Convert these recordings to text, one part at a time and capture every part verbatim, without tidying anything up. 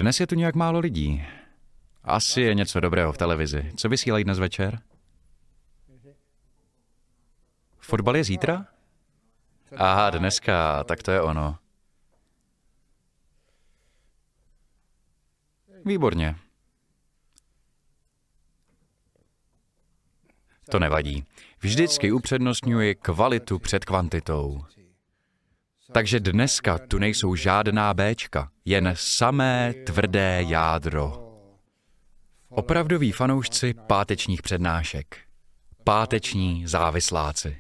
Dnes je tu nějak málo lidí. Asi je něco dobrého v televizi. Co vysílají dnes večer? Fotbal je zítra? Aha, dneska, tak to je ono. Výborně. To nevadí. Vždycky upřednostňuji kvalitu před kvantitou. Takže dneska tu nejsou žádná béčka, jen samé tvrdé jádro. Opravdoví fanoušci pátečních přednášek. Páteční závisláci.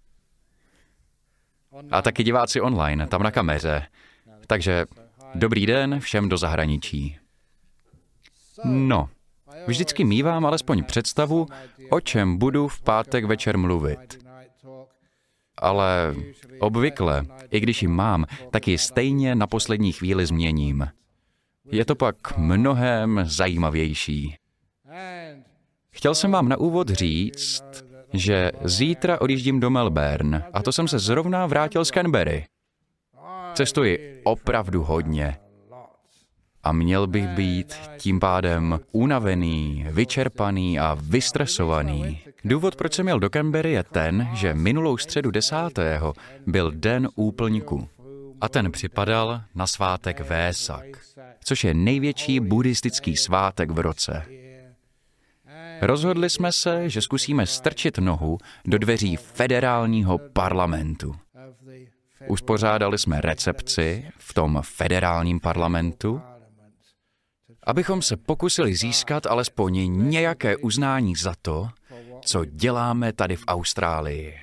A taky diváci online, tam na kameře. Takže dobrý den všem do zahraničí. No, vždycky mívám alespoň představu, o čem budu v pátek večer mluvit. Ale obvykle, i když ji mám, tak ji stejně na poslední chvíli změním. Je to pak mnohem zajímavější. Chtěl jsem vám na úvod říct, že zítra odjíždím do Melbourne a to jsem se zrovna vrátil z Canberry. Cestuji opravdu hodně. A měl bych být tím pádem unavený, vyčerpaný a vystresovaný. Důvod, proč jsem jel do Canberry, je ten, že minulou středu desátého byl den úplňku. A ten připadal na svátek Vésak, což je největší buddhistický svátek v roce. Rozhodli jsme se, že zkusíme strčit nohu do dveří federálního parlamentu. Uspořádali jsme recepci v tom federálním parlamentu, abychom se pokusili získat alespoň nějaké uznání za to, co děláme tady v Austrálii.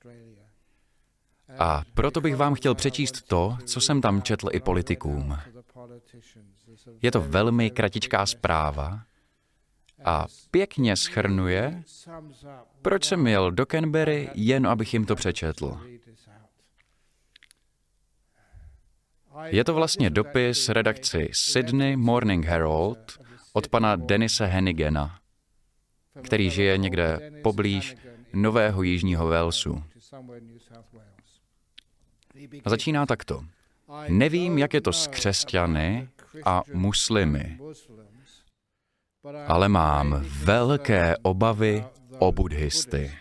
A proto bych vám chtěl přečíst to, co jsem tam četl i politikům. Je to velmi kratičká zpráva a pěkně shrnuje, proč jsem jel do Canberry, jen abych jim to přečetl. Je to vlastně dopis redakci Sydney Morning Herald od pana Denise Hannigana, který žije někde poblíž Nového Jižního Walesu. A začíná takto. Nevím, jak je to s křesťany a muslimy, ale mám velké obavy o buddhisty.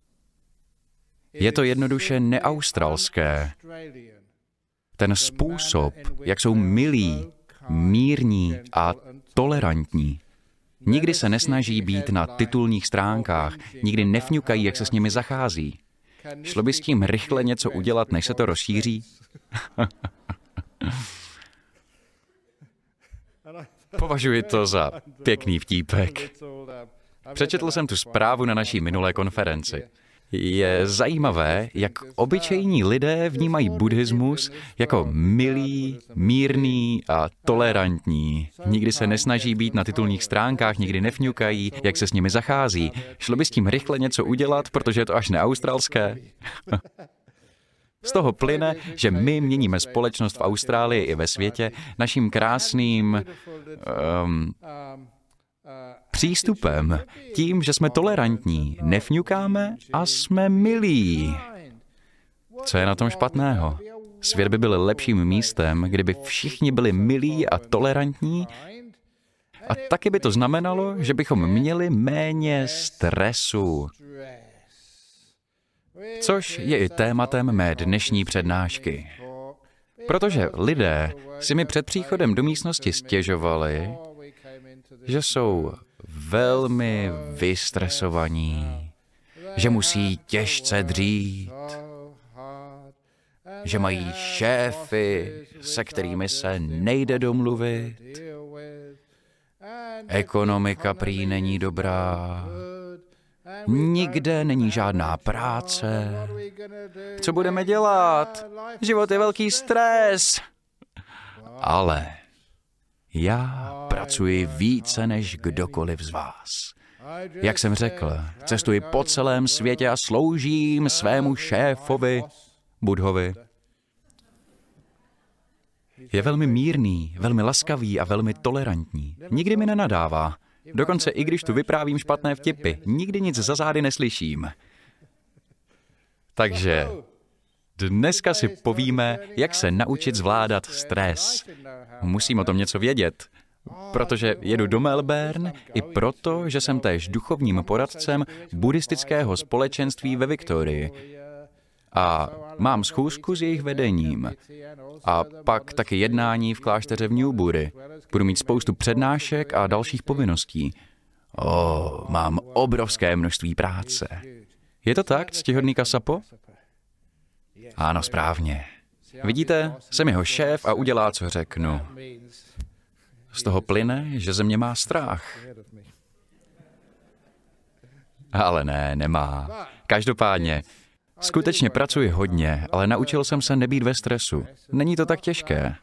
Je to jednoduše neaustralské. Ten způsob, jak jsou milí, mírní a tolerantní. Nikdy se nesnaží být na titulních stránkách, nikdy nefňukají, jak se s nimi zachází. Šlo by s tím rychle něco udělat, než se to rozšíří? Považuji to za pěkný vtípek. Přečetl jsem tu zprávu na naší minulé konferenci. Je zajímavé, jak obyčejní lidé vnímají buddhismus jako milý, mírný a tolerantní. Nikdy se nesnaží být na titulních stránkách, nikdy nefňukají, jak se s nimi zachází. Šlo by s tím rychle něco udělat, protože je to až neaustralské? Z toho plyne, že my měníme společnost v Austrálii i ve světě naším krásným um, přístupem, tím, že jsme tolerantní, nefňukáme a jsme milí. Co je na tom špatného? Svět by byl lepším místem, kdyby všichni byli milí a tolerantní, a taky by to znamenalo, že bychom měli méně stresu. Což je i tématem mé dnešní přednášky. Protože lidé si mi před příchodem do místnosti stěžovali, že jsou velmi vystresovaní, že musí těžce dřít, že mají šéfy, se kterými se nejde domluvit, ekonomika prý není dobrá, nikde není žádná práce. Co budeme dělat? Život je velký stres. Ale já pracuji více než kdokoliv z vás. Jak jsem řekl, cestuji po celém světě a sloužím svému šéfovi, Buddhovi. Je velmi mírný, velmi laskavý a velmi tolerantní. Nikdy mi nenadává. Dokonce i když tu vyprávím špatné vtipy, nikdy nic za zády neslyším. Takže dneska si povíme, jak se naučit zvládat stres. Musím o tom něco vědět. protože jedu do Melbourne i proto, že jsem též duchovním poradcem buddhistického společenství ve Viktorii. A mám schůzku s jejich vedením. A pak taky jednání v klášteře v Newbury. Budu mít spoustu přednášek a dalších povinností. O, mám obrovské množství práce. Je to tak, ctihodný Kasapo? Ano, správně. Vidíte, jsem jeho šéf a udělá, co řeknu. Z toho plyne, že ze mě má strach. Ale ne, nemá. Každopádně, skutečně pracuji hodně, ale naučil jsem se nebýt ve stresu. Není to tak těžké.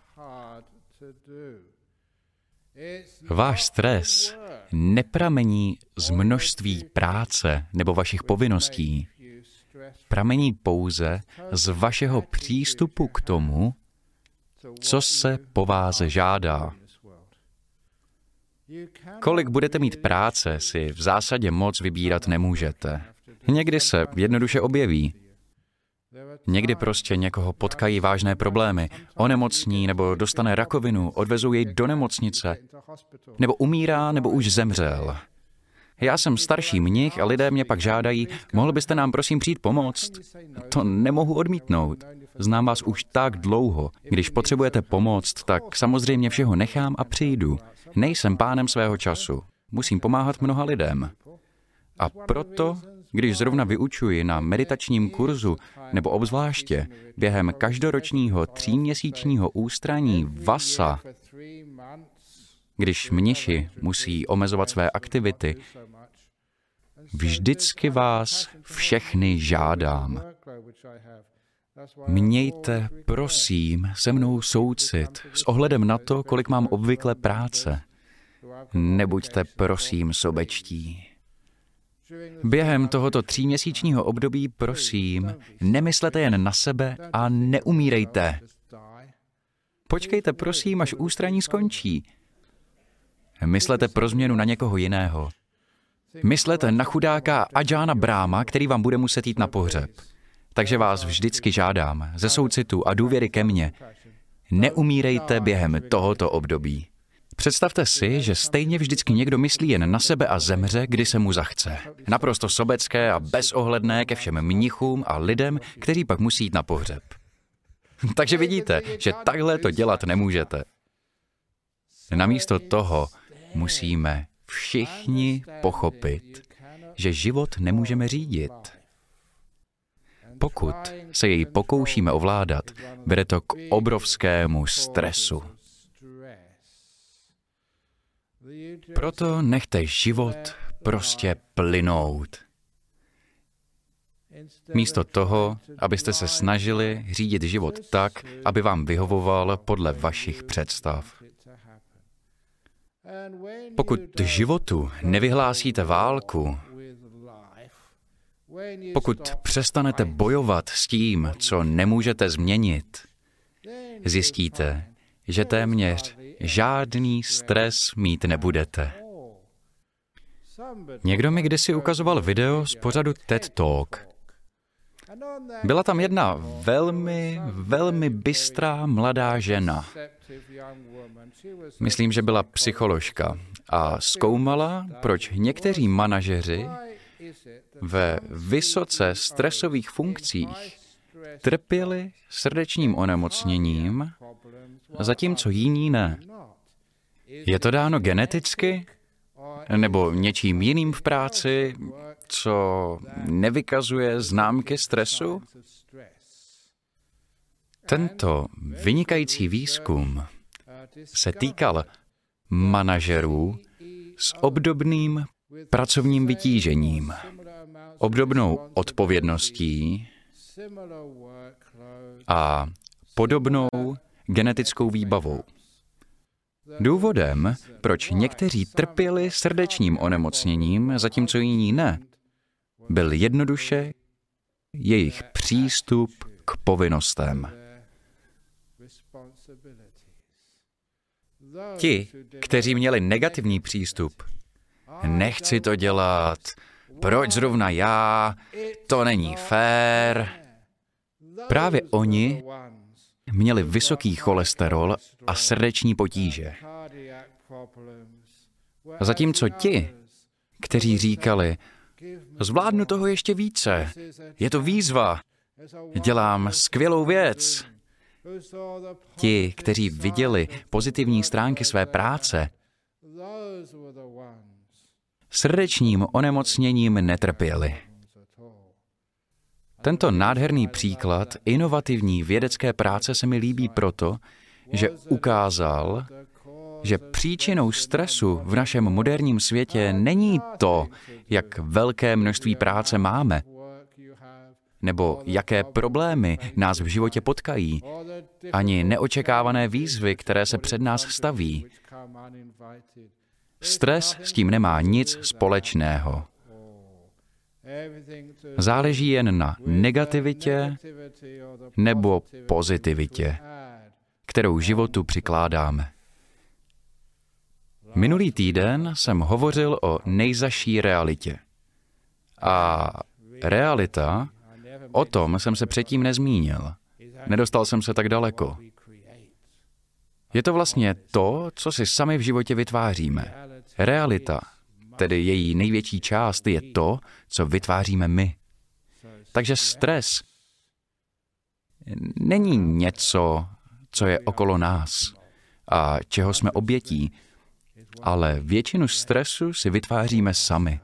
Váš stres nepramení z množství práce nebo vašich povinností. Pramení pouze z vašeho přístupu k tomu, co se po vás žádá. Kolik budete mít práce, si v zásadě moc vybírat nemůžete. Někdy se jednoduše objeví. Někdy prostě někoho potkají vážné problémy, onemocní nebo dostane rakovinu, odvezou jej do nemocnice, nebo umírá, nebo už zemřel. Já jsem starší mnich a lidé mě pak žádají, mohl byste nám prosím přijít pomoct? To nemohu odmítnout. Znám vás už tak dlouho. Když potřebujete pomoct, tak samozřejmě všeho nechám a přijdu. Nejsem pánem svého času. Musím pomáhat mnoha lidem. A proto, když zrovna vyučuji na meditačním kurzu, nebo obzvláště během každoročního tříměsíčního ústraní Vasa, když mniši musí omezovat své aktivity, vždycky vás všechny žádám. Mějte, prosím, se mnou soucit s ohledem na to, kolik mám obvykle práce. Nebuďte, prosím, sobečtí. Během tohoto tříměsíčního období, prosím, nemyslete jen na sebe a neumírejte. Počkejte, prosím, až ústraní skončí. Myslete pro změnu na někoho jiného. Myslete na chudáka Ajahna Brahma, který vám bude muset jít na pohřeb. Takže vás vždycky žádám, ze soucitu a důvěry ke mně, neumírejte během tohoto období. Představte si, že stejně vždycky někdo myslí jen na sebe a zemře, kdy se mu zachce. Naprosto sobecké a bezohledné ke všem mnichům a lidem, kteří pak musí jít na pohřeb. Takže vidíte, že takhle to dělat nemůžete. Namísto toho musíme všichni pochopit, že život nemůžeme řídit. Pokud se jej pokoušíme ovládat, vede to k obrovskému stresu. Proto nechte život prostě plynout. Místo toho, abyste se snažili řídit život tak, aby vám vyhovoval podle vašich představ. Pokud životu nevyhlásíte válku, pokud přestanete bojovat s tím, co nemůžete změnit, zjistíte, že téměř žádný stres mít nebudete. Někdo mi kdysi ukazoval video z pořadu TED Talk. Byla tam jedna velmi, velmi bystrá mladá žena. Myslím, že byla psycholožka a zkoumala, proč někteří manažeři ve vysoce stresových funkcích trpěli srdečním onemocněním, zatímco jiní ne. Je to dáno geneticky? Nebo něčím jiným v práci, co nevykazuje známky stresu? Tento vynikající výzkum se týkal manažerů s obdobným pracovním vytížením, obdobnou odpovědností a podobnou genetickou výbavou. Důvodem, proč někteří trpěli srdečním onemocněním, zatímco jiní ne, byl jednoduše jejich přístup k povinnostem. Ti, kteří měli negativní přístup, nechci to dělat, proč zrovna já, to není fér, právě oni měli vysoký cholesterol a srdeční potíže. Zatímco ti, kteří říkali, zvládnu toho ještě více, je to výzva, dělám skvělou věc. Ti, kteří viděli pozitivní stránky své práce, srdečním onemocněním netrpěli. Tento nádherný příklad inovativní vědecké práce se mi líbí proto, že ukázal, že příčinou stresu v našem moderním světě není to, jak velké množství práce máme, nebo jaké problémy nás v životě potkají, ani neočekávané výzvy, které se před nás staví. Stres s tím nemá nic společného. Záleží jen na negativitě nebo pozitivitě, kterou životu přikládáme. Minulý týden jsem hovořil o nejzazší realitě. A realita, o tom jsem se předtím nezmínil. Nedostal jsem se tak daleko. Je to vlastně to, co si sami v životě vytváříme. Realita, tedy její největší část, je to, co vytváříme my. Takže stres není něco, co je okolo nás a čeho jsme obětí, ale většinu stresu si vytváříme sami.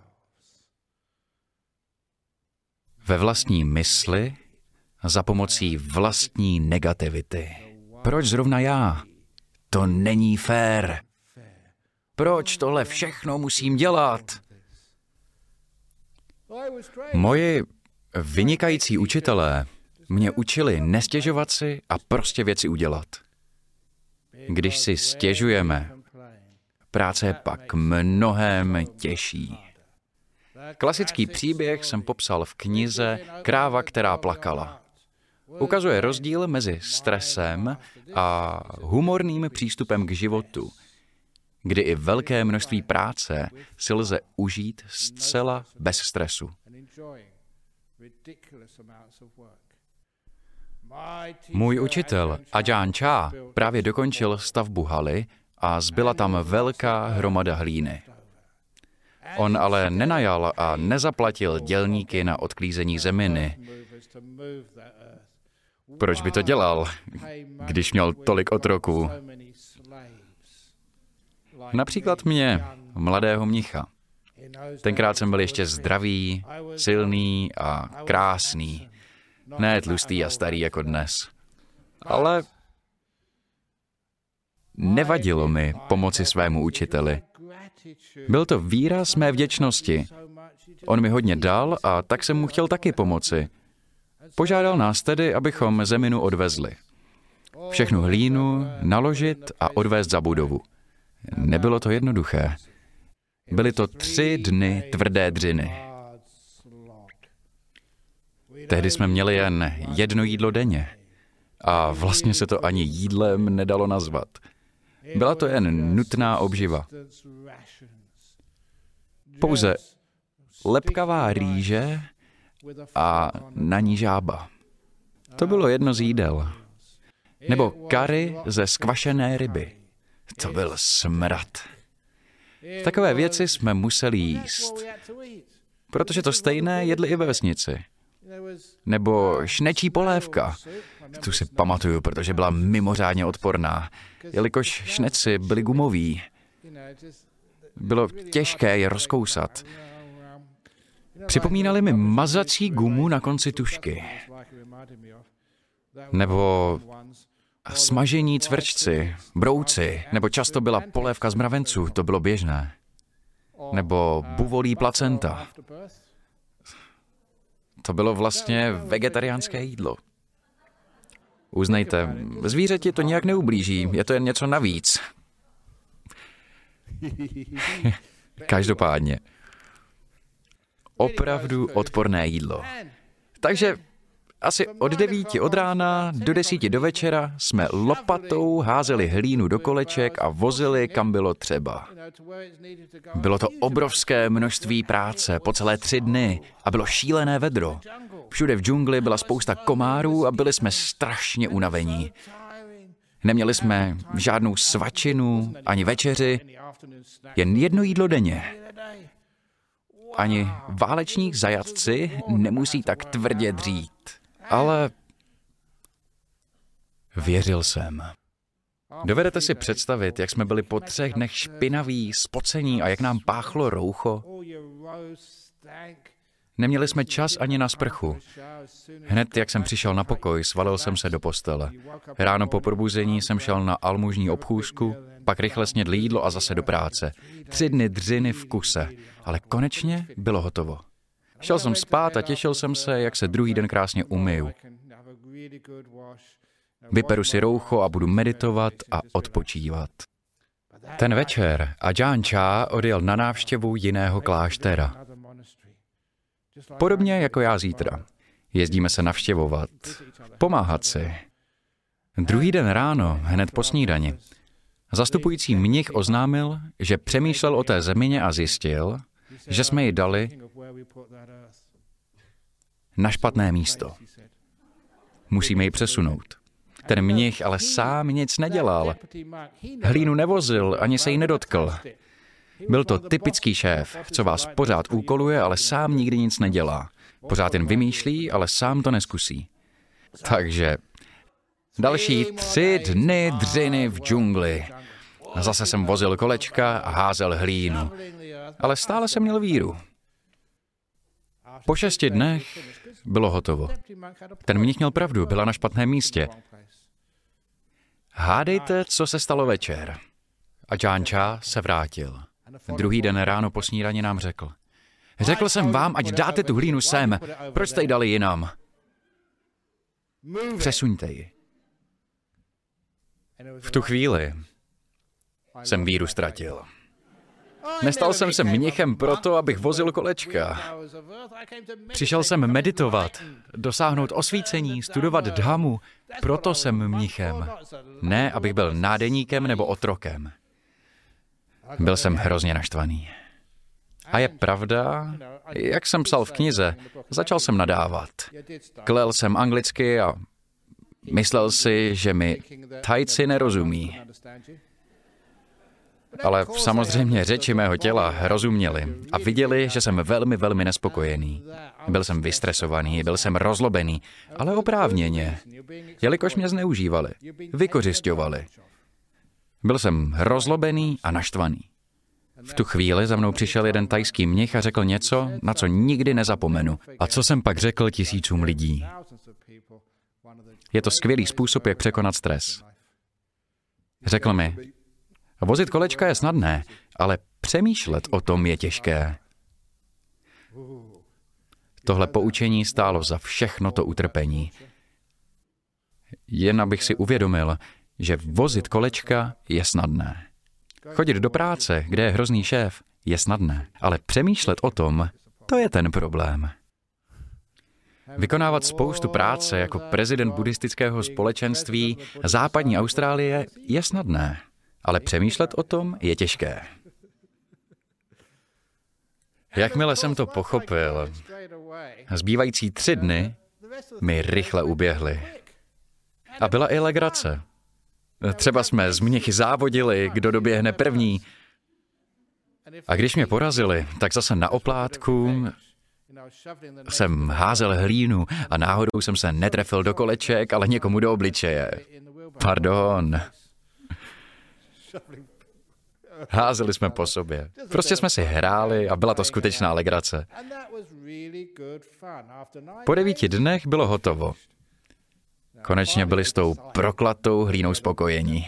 Ve vlastní mysli za pomocí vlastní negativity. Proč zrovna já? To není fér. Proč tohle všechno musím dělat? Moji vynikající učitelé mě učili nestěžovat si a prostě věci udělat. Když si stěžujeme, práce je pak mnohem těžší. Klasický příběh jsem popsal v knize Kráva, která plakala. Ukazuje rozdíl mezi stresem a humorným přístupem k životu, kdy i velké množství práce si lze užít zcela bez stresu. Můj učitel Ajahn Chah právě dokončil stavbu haly a zbyla tam velká hromada hlíny. On ale nenajal a nezaplatil dělníky na odklízení zeminy. Proč by to dělal, když měl tolik otroků? Například mě, mladého mnicha. Tenkrát jsem byl ještě zdravý, silný a krásný. Ne tlustý a starý jako dnes. Ale nevadilo mi pomoci svému učiteli. Byl to výraz mé vděčnosti. On mi hodně dal a tak jsem mu chtěl taky pomoci. Požádal nás tedy, abychom zeminu odvezli. Všechnu hlínu naložit a odvést za budovu. Nebylo to jednoduché. Byly to tři dny tvrdé dřiny. Tehdy jsme měli jen jedno jídlo denně. A vlastně se to ani jídlem nedalo nazvat. Byla to jen nutná obživa. Pouze lepkavá rýže a na ní žába. To bylo jedno z jídel. Nebo kary ze skvašené ryby. To byl smrad. Takové věci jsme museli jíst. Protože to stejné jedli i ve vesnici. Nebo šnečí polévka. Tu si pamatuju, protože byla mimořádně odporná, jelikož šneci byli gumoví. Bylo těžké je rozkousat. Připomínali mi mazací gumu na konci tužky. Nebo smažení cvrčci, brouci, nebo často byla polévka z mravenců, to bylo běžné. Nebo buvolí placenta. To bylo vlastně vegetariánské jídlo. Uznejte, zvířeti to nijak neublíží, je to jen něco navíc. Každopádně. Opravdu odporné jídlo. Takže asi od devíti od rána do desíti do večera jsme lopatou házeli hlínu do koleček a vozili, kam bylo třeba. Bylo to obrovské množství práce po celé tři dny a bylo šílené vedro. Všude v džungli byla spousta komárů a byli jsme strašně unavení. Neměli jsme žádnou svačinu, ani večeři, jen jedno jídlo denně. Ani váleční zajatci nemusí tak tvrdě dřít. Ale věřil jsem. Dovedete si představit, jak jsme byli po třech dnech špinaví, spocení a jak nám páchlo roucho? Neměli jsme čas ani na sprchu. Hned, jak jsem přišel na pokoj, svalil jsem se do postele. Ráno po probuzení jsem šel na almužní obchůzku, pak rychle snědl jídlo a zase do práce. Tři dny dřiny v kuse, ale konečně bylo hotovo. Šel jsem spát a těšil jsem se, jak se druhý den krásně umyju. Vyperu si roucho a budu meditovat a odpočívat. Ten večer Ajahn Chah odjel na návštěvu jiného kláštera. Podobně jako já zítra. Jezdíme se navštěvovat, pomáhat si. Druhý den ráno, hned po snídani, zastupující mnich oznámil, že přemýšlel o té zemině a zjistil, že jsme ji dali na špatné místo. Musíme ji přesunout. Ten mnich ale sám nic nedělal. Hlínu nevozil, ani se jí nedotkl. Byl to typický šéf, co vás pořád úkoluje, ale sám nikdy nic nedělá. Pořád jen vymýšlí, ale sám to neskusí. Takže další tři dny dřiny v džungli. Zase jsem vozil kolečka a házel hlínu. Ale stále jsem měl víru. Po šesti dnech bylo hotovo. Ten mnich měl pravdu, byla na špatném místě. Hádejte, co se stalo večer. Ajahn Chah se vrátil. Druhý den ráno po snídani nám řekl. Řekl jsem vám, ať dáte tu hlínu sem. Proč jste ji dali jinam? Přesuňte ji. V tu chvíli jsem víru ztratil. Nestal jsem se mnichem proto, abych vozil kolečka. Přišel jsem meditovat, dosáhnout osvícení, studovat dhammu. Proto jsem mnichem. Ne, abych byl nádeníkem nebo otrokem. Byl jsem hrozně naštvaný. A je pravda, jak jsem psal v knize, začal jsem nadávat. Klel jsem anglicky a myslel si, že mi Thajci nerozumí. Ale samozřejmě řeči mého těla rozuměli a viděli, že jsem velmi, velmi nespokojený. Byl jsem vystresovaný, byl jsem rozlobený, ale oprávněně, jelikož mě zneužívali, vykořisťovali. Byl jsem rozlobený a naštvaný. V tu chvíli za mnou přišel jeden thajský mnich a řekl něco, na co nikdy nezapomenu. A co jsem pak řekl tisícům lidí? Je to skvělý způsob, jak překonat stres. Řekl mi, vozit kolečka je snadné, ale přemýšlet o tom je těžké. Tohle poučení stálo za všechno to utrpení. Jen abych si uvědomil, že vozit kolečka je snadné. Chodit do práce, kde je hrozný šéf, je snadné, ale přemýšlet o tom, to je ten problém. Vykonávat spoustu práce jako prezident buddhistického společenství západní Austrálie je snadné, ale přemýšlet o tom je těžké. Jakmile jsem to pochopil, zbývající tři dny mi rychle uběhly. A byla i legrace. Třeba jsme z mnichy závodili, kdo doběhne první. A když mě porazili, tak zase na oplátku jsem házel hlínu a náhodou jsem se netrefil do koleček, ale někomu do obličeje. Pardon. Házeli jsme po sobě. Prostě jsme si hráli a byla to skutečná legrace. Po devíti dnech bylo hotovo. Konečně byli s tou proklatou hlínou spokojení.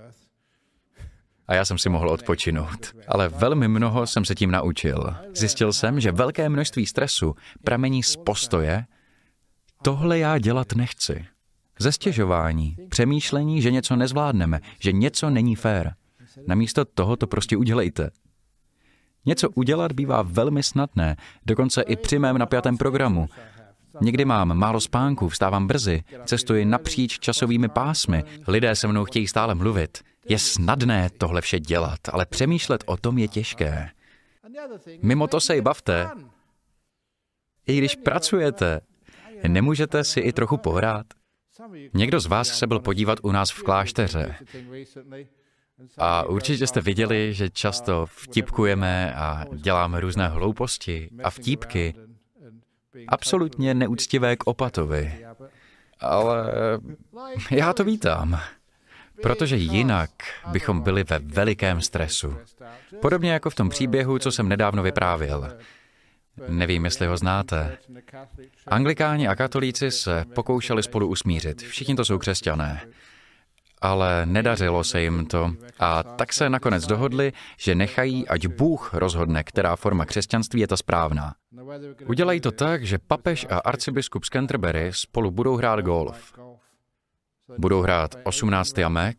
A já jsem si mohl odpočinout. Ale velmi mnoho jsem se tím naučil. Zjistil jsem, že velké množství stresu pramení z postoje, tohle já dělat nechci. Ze stěžování, přemýšlení, že něco nezvládneme, že něco není fér. Namísto toho to prostě udělejte. Něco udělat bývá velmi snadné, dokonce i při mém napjatém programu. Někdy mám málo spánku, vstávám brzy, cestuji napříč časovými pásmy, lidé se mnou chtějí stále mluvit. Je snadné tohle vše dělat, ale přemýšlet o tom je těžké. Mimo to se i bavte. I když pracujete, nemůžete si i trochu pohrát. Někdo z vás se byl podívat u nás v klášteře a určitě jste viděli, že často vtipkujeme a děláme různé hlouposti a vtípky, absolutně neúctivé k opatovi. Ale já to vítám, protože jinak bychom byli ve velikém stresu. Podobně jako v tom příběhu, co jsem nedávno vyprávěl. Nevím, jestli ho znáte. Anglikáni a katolíci se pokoušeli spolu usmířit. Všichni to jsou křesťané. Ale nedařilo se jim to a tak se nakonec dohodli, že nechají, ať Bůh rozhodne, která forma křesťanství je ta správná. Udělají to tak, že papež a arcibiskup z Canterbury spolu budou hrát golf. Budou hrát osmnáct jamek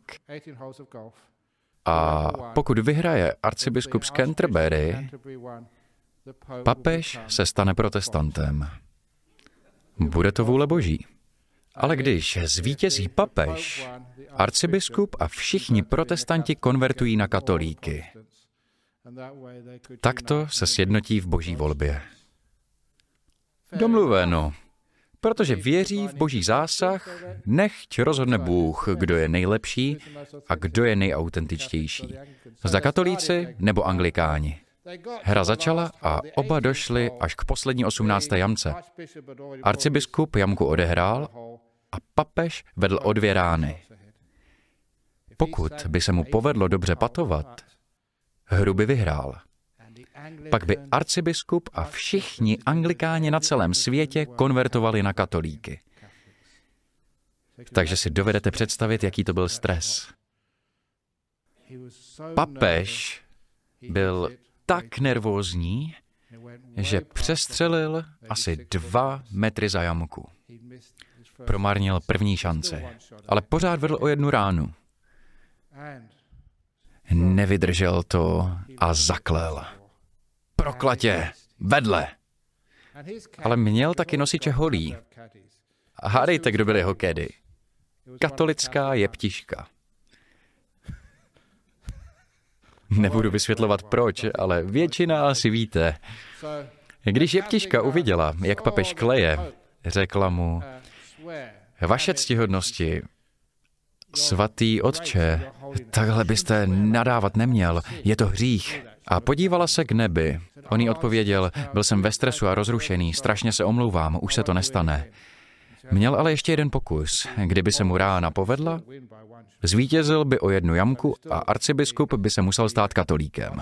a pokud vyhraje arcibiskup z Canterbury, papež se stane protestantem. Bude to vůle Boží. Ale když zvítězí papež, arcibiskup a všichni protestanti konvertují na katolíky. Takto se sjednotí v Boží volbě. Domluveno. Protože věří v Boží zásah, nechť rozhodne Bůh, kdo je nejlepší a kdo je nejautentičtější. Zda katolíci nebo anglikáni. Hra začala a oba došli až k poslední osmnácté jamce. Arcibiskup jamku odehrál a papež vedl o dvě rány. Pokud by se mu povedlo dobře patovat, hru by vyhrál. Pak by arcibiskup a všichni anglikáni na celém světě konvertovali na katolíky. Takže si dovedete představit, jaký to byl stres. Papež byl tak nervózní, že přestřelil asi dva metry za jamku. Promarnil první šanci, ale pořád vedl o jednu ránu. Nevydržel to a zaklel. Proklatě, vedle. Ale měl taky nosiče holí. A hádejte, kdo byl jeho caddy. Katolická jeptiška. Nebudu vysvětlovat proč, ale většina asi víte. Když jeptiška uviděla, jak papež kleje, řekla mu: Vaše ctihodnosti, svatý otče, takhle byste nadávat neměl, je to hřích. A podívala se k nebi. On jí odpověděl: Byl jsem ve stresu a rozrušený, strašně se omlouvám, už se to nestane. Měl ale ještě jeden pokus. Kdyby se mu rána povedla, zvítězil by o jednu jamku a arcibiskup by se musel stát katolíkem.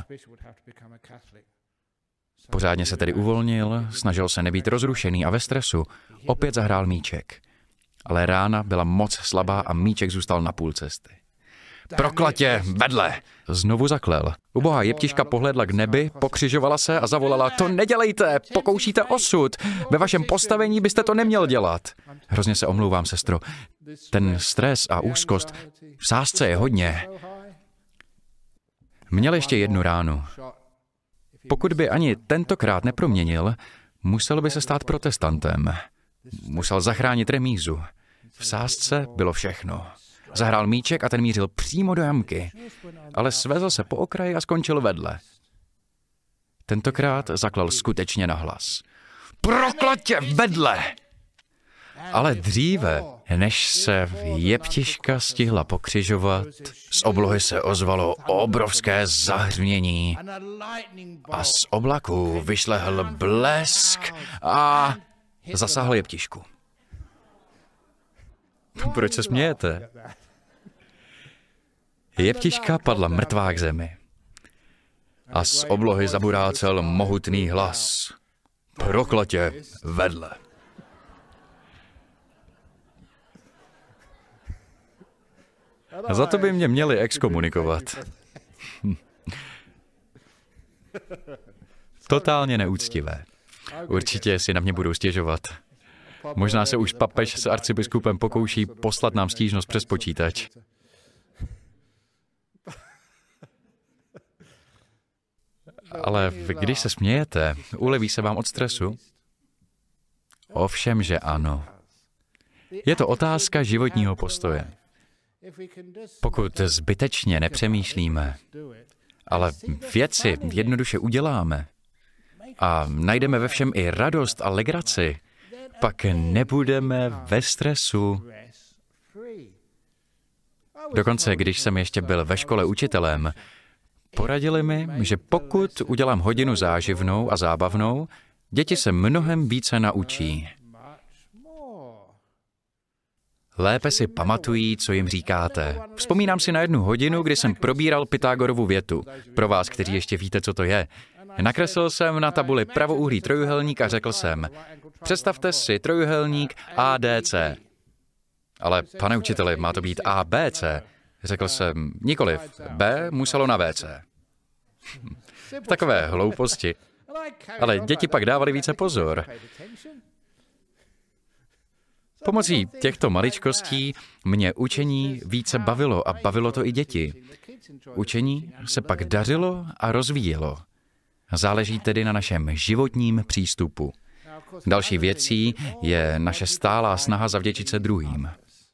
Pořádně se tedy uvolnil, snažil se nebýt rozrušený a ve stresu. Opět zahrál míček. Ale rána byla moc slabá a míček zůstal na půl cesty. Proklatě, vedle! Znovu zaklel. Ubohá jeptiška pohlédla k nebi, pokřižovala se a zavolala: To nedělejte, pokoušíte osud. Ve vašem postavení byste to neměl dělat. Hrozně se omlouvám, sestro. Ten stres a úzkost v sázce je hodně. Měl ještě jednu ránu. Pokud by ani tentokrát neproměnil, musel by se stát protestantem. Musel zachránit remízu. V sázce bylo všechno. Zahrál míček a ten mířil přímo do jamky, ale svezl se po okraji a skončil vedle. Tentokrát zaklal skutečně nahlas: Proklatě, vedle! Ale dříve, než se jeptiška stihla pokřižovat, z oblohy se ozvalo obrovské zahřmění a z oblaků vyšlehl blesk a zasáhl jeptišku. Proč se smějete? Jeptiška padla mrtvá k zemi. A z oblohy zaburácel mohutný hlas: Proklatě, vedle! Za to by mě měli exkomunikovat. Totálně neúctivé. Určitě si na mě budou stěžovat. Možná se už papež s arcibiskupem pokouší poslat nám stížnost přes počítač. Ale když se smějete, uleví se vám od stresu? Ovšem, že ano. Je to otázka životního postoje. Pokud zbytečně nepřemýšlíme, ale věci jednoduše uděláme a najdeme ve všem i radost a legraci, pak nebudeme ve stresu Dokonce, když jsem ještě byl ve škole učitelem, poradili mi, že pokud udělám hodinu záživnou a zábavnou, děti se mnohem více naučí. Lépe si pamatují, co jim říkáte. Vzpomínám si na jednu hodinu, kdy jsem probíral Pythagorovu větu. Pro vás, kteří ještě víte, co to je. Nakreslil jsem na tabuli pravouhlý trojuhelník a řekl jsem, představte si trojuhelník A D C. Ale pane učiteli, má to být A B C. Řekl jsem, nikoliv, B muselo na V C. Takové hlouposti. Ale děti pak dávali více pozor. Pomocí těchto maličkostí mě učení více bavilo a bavilo to i děti. Učení se pak dařilo a rozvíjelo. Záleží tedy na našem životním přístupu. Další věcí je naše stálá snaha zavděčit se druhým.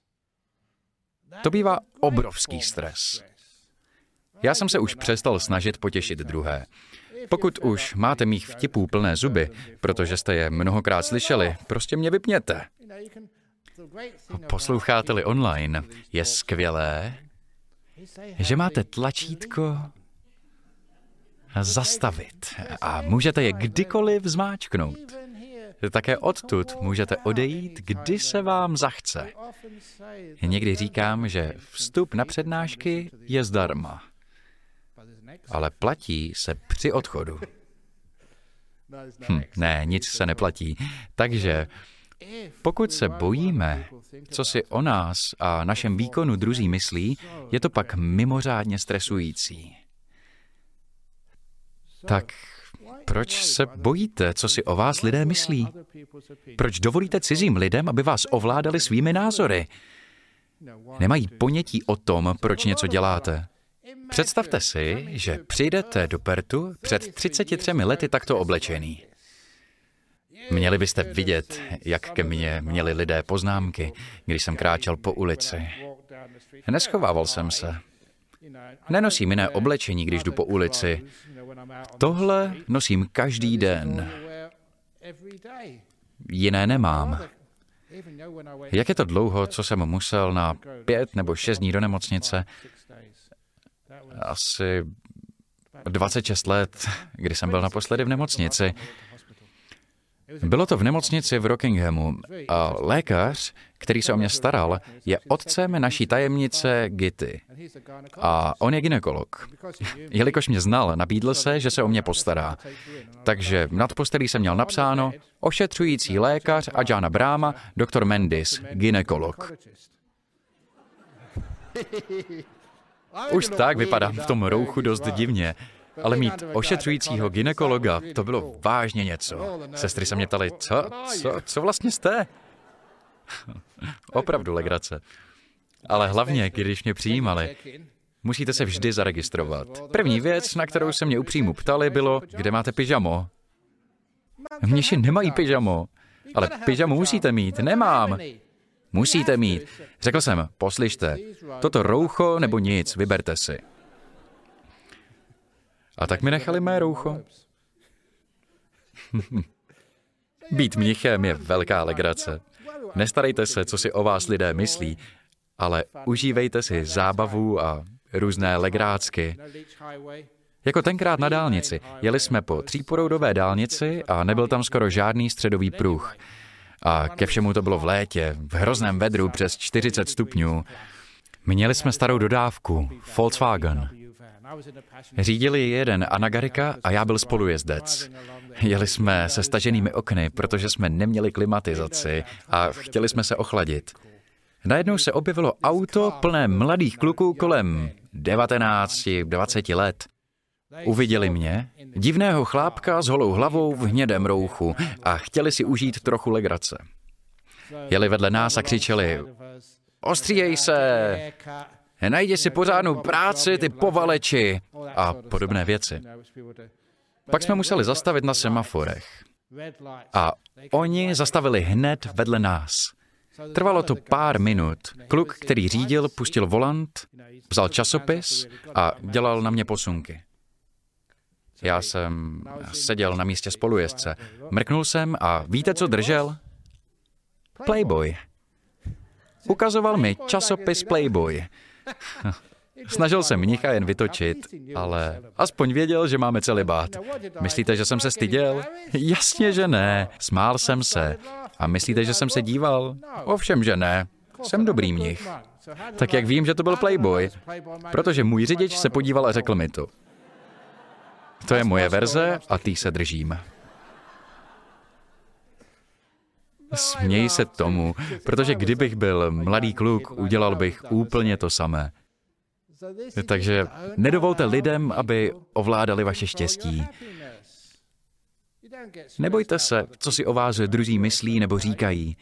To bývá obrovský stres. Já jsem se už přestal snažit potěšit druhé. Pokud už máte mých vtipů plné zuby, protože jste je mnohokrát slyšeli, prostě mě vypněte. Posloucháte-li online, je skvělé, že máte tlačítko zastavit a můžete je kdykoliv zmáčknout. Také odtud můžete odejít, kdy se vám zachce. Někdy říkám, že vstup na přednášky je zdarma, ale platí se při odchodu. Hm, ne, nic se neplatí. Takže pokud se bojíme, co si o nás a našem výkonu druzí myslí, je to pak mimořádně stresující. Tak proč se bojíte, co si o vás lidé myslí? Proč dovolíte cizím lidem, aby vás ovládali svými názory? Nemají ponětí o tom, proč něco děláte. Představte si, že přijdete do Pertu před třiceti třemi lety takto oblečený. Měli byste vidět, jak ke mně měli lidé poznámky, když jsem kráčel po ulici. Neschovával jsem se. Nenosím jiné oblečení, když jdu po ulici. Tohle nosím každý den. Jiné nemám. Jak je to dlouho, co jsem musel na pět nebo šest dní do nemocnice? Asi dvacet šest let, kdy jsem byl naposledy v nemocnici. Bylo to v nemocnici v Rockinghamu a lékař, který se o mě staral, je otcem naší tajemnice Gitty. A on je gynekolog. Jelikož mě znal, nabídl se, že se o mě postará. Takže nad postelí jsem měl napsáno ošetřující lékař Ajana Brahma, doktor Mendis, gynekolog. Už tak vypadám v tom rouchu dost divně. Ale mít ošetřujícího gynekologa, to bylo vážně něco. Sestry se mě ptaly, co, co, co vlastně jste? Opravdu legrace. Ale hlavně, když mě přijímali, musíte se vždy zaregistrovat. První věc, na kterou se mě upřímu ptali, bylo, kde máte pyžamo. Mniši nemají pyžamo. Ale pyžamo musíte mít. Nemám. Musíte mít. Řekl jsem, poslyšte, toto roucho nebo nic, vyberte si. A tak mi nechali mé roucho. Být mnichem je velká legrace. Nestarejte se, co si o vás lidé myslí, ale užívejte si zábavu a různé legrácky. Jako tenkrát na dálnici. Jeli jsme po tříproudové dálnici a nebyl tam skoro žádný středový pruh. A ke všemu to bylo v létě, v hrozném vedru přes čtyřicet stupňů. Měli jsme starou dodávku, Volkswagen. Řídili jeden Anagarika a já byl spolujezdec. Jeli jsme se staženými okny, protože jsme neměli klimatizaci a chtěli jsme se ochladit. Najednou se objevilo auto plné mladých kluků kolem devatenácti dvaceti let. Uviděli mě, divného chlápka s holou hlavou v hnědém rouchu a chtěli si užít trochu legrace. Jeli vedle nás a křičeli, ostříjej se, najdi si pořádnou práci, ty povaleči a podobné věci. Pak jsme museli zastavit na semaforech. A oni zastavili hned vedle nás. Trvalo to pár minut. Kluk, který řídil, pustil volant, vzal časopis a dělal na mě posunky. Já jsem seděl na místě spolujezdce. Mrknul jsem a víte, co držel? Playboy. Ukazoval mi časopis Playboy. Snažil se mnicha jen vytočit, ale aspoň věděl, že máme celibát. Myslíte, že jsem se styděl? Jasně, že ne. Smál jsem se. A myslíte, že jsem se díval? Ovšem, že ne. Jsem dobrý mnich. Tak jak vím, že to byl playboy? Protože můj řidič se podíval a řekl mi to. To je moje verze a tý se držím. Směj se tomu, protože kdybych byl mladý kluk, udělal bych úplně to samé. Takže nedovolte lidem, aby ovládali vaše štěstí. Nebojte se, co si o vás druzí myslí nebo říkají.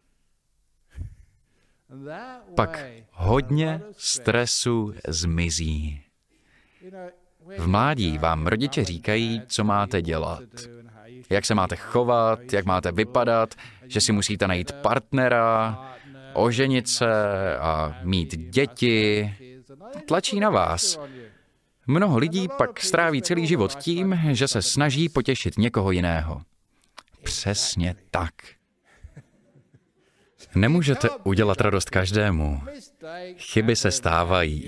Pak hodně stresu zmizí. V mládí vám rodiče říkají, co máte dělat. Jak se máte chovat, jak máte vypadat, že si musíte najít partnera, oženit se a mít děti. Tlačí na vás. Mnoho lidí pak stráví celý život tím, že se snaží potěšit někoho jiného. Přesně tak. Nemůžete udělat radost každému. Chyby se stávají.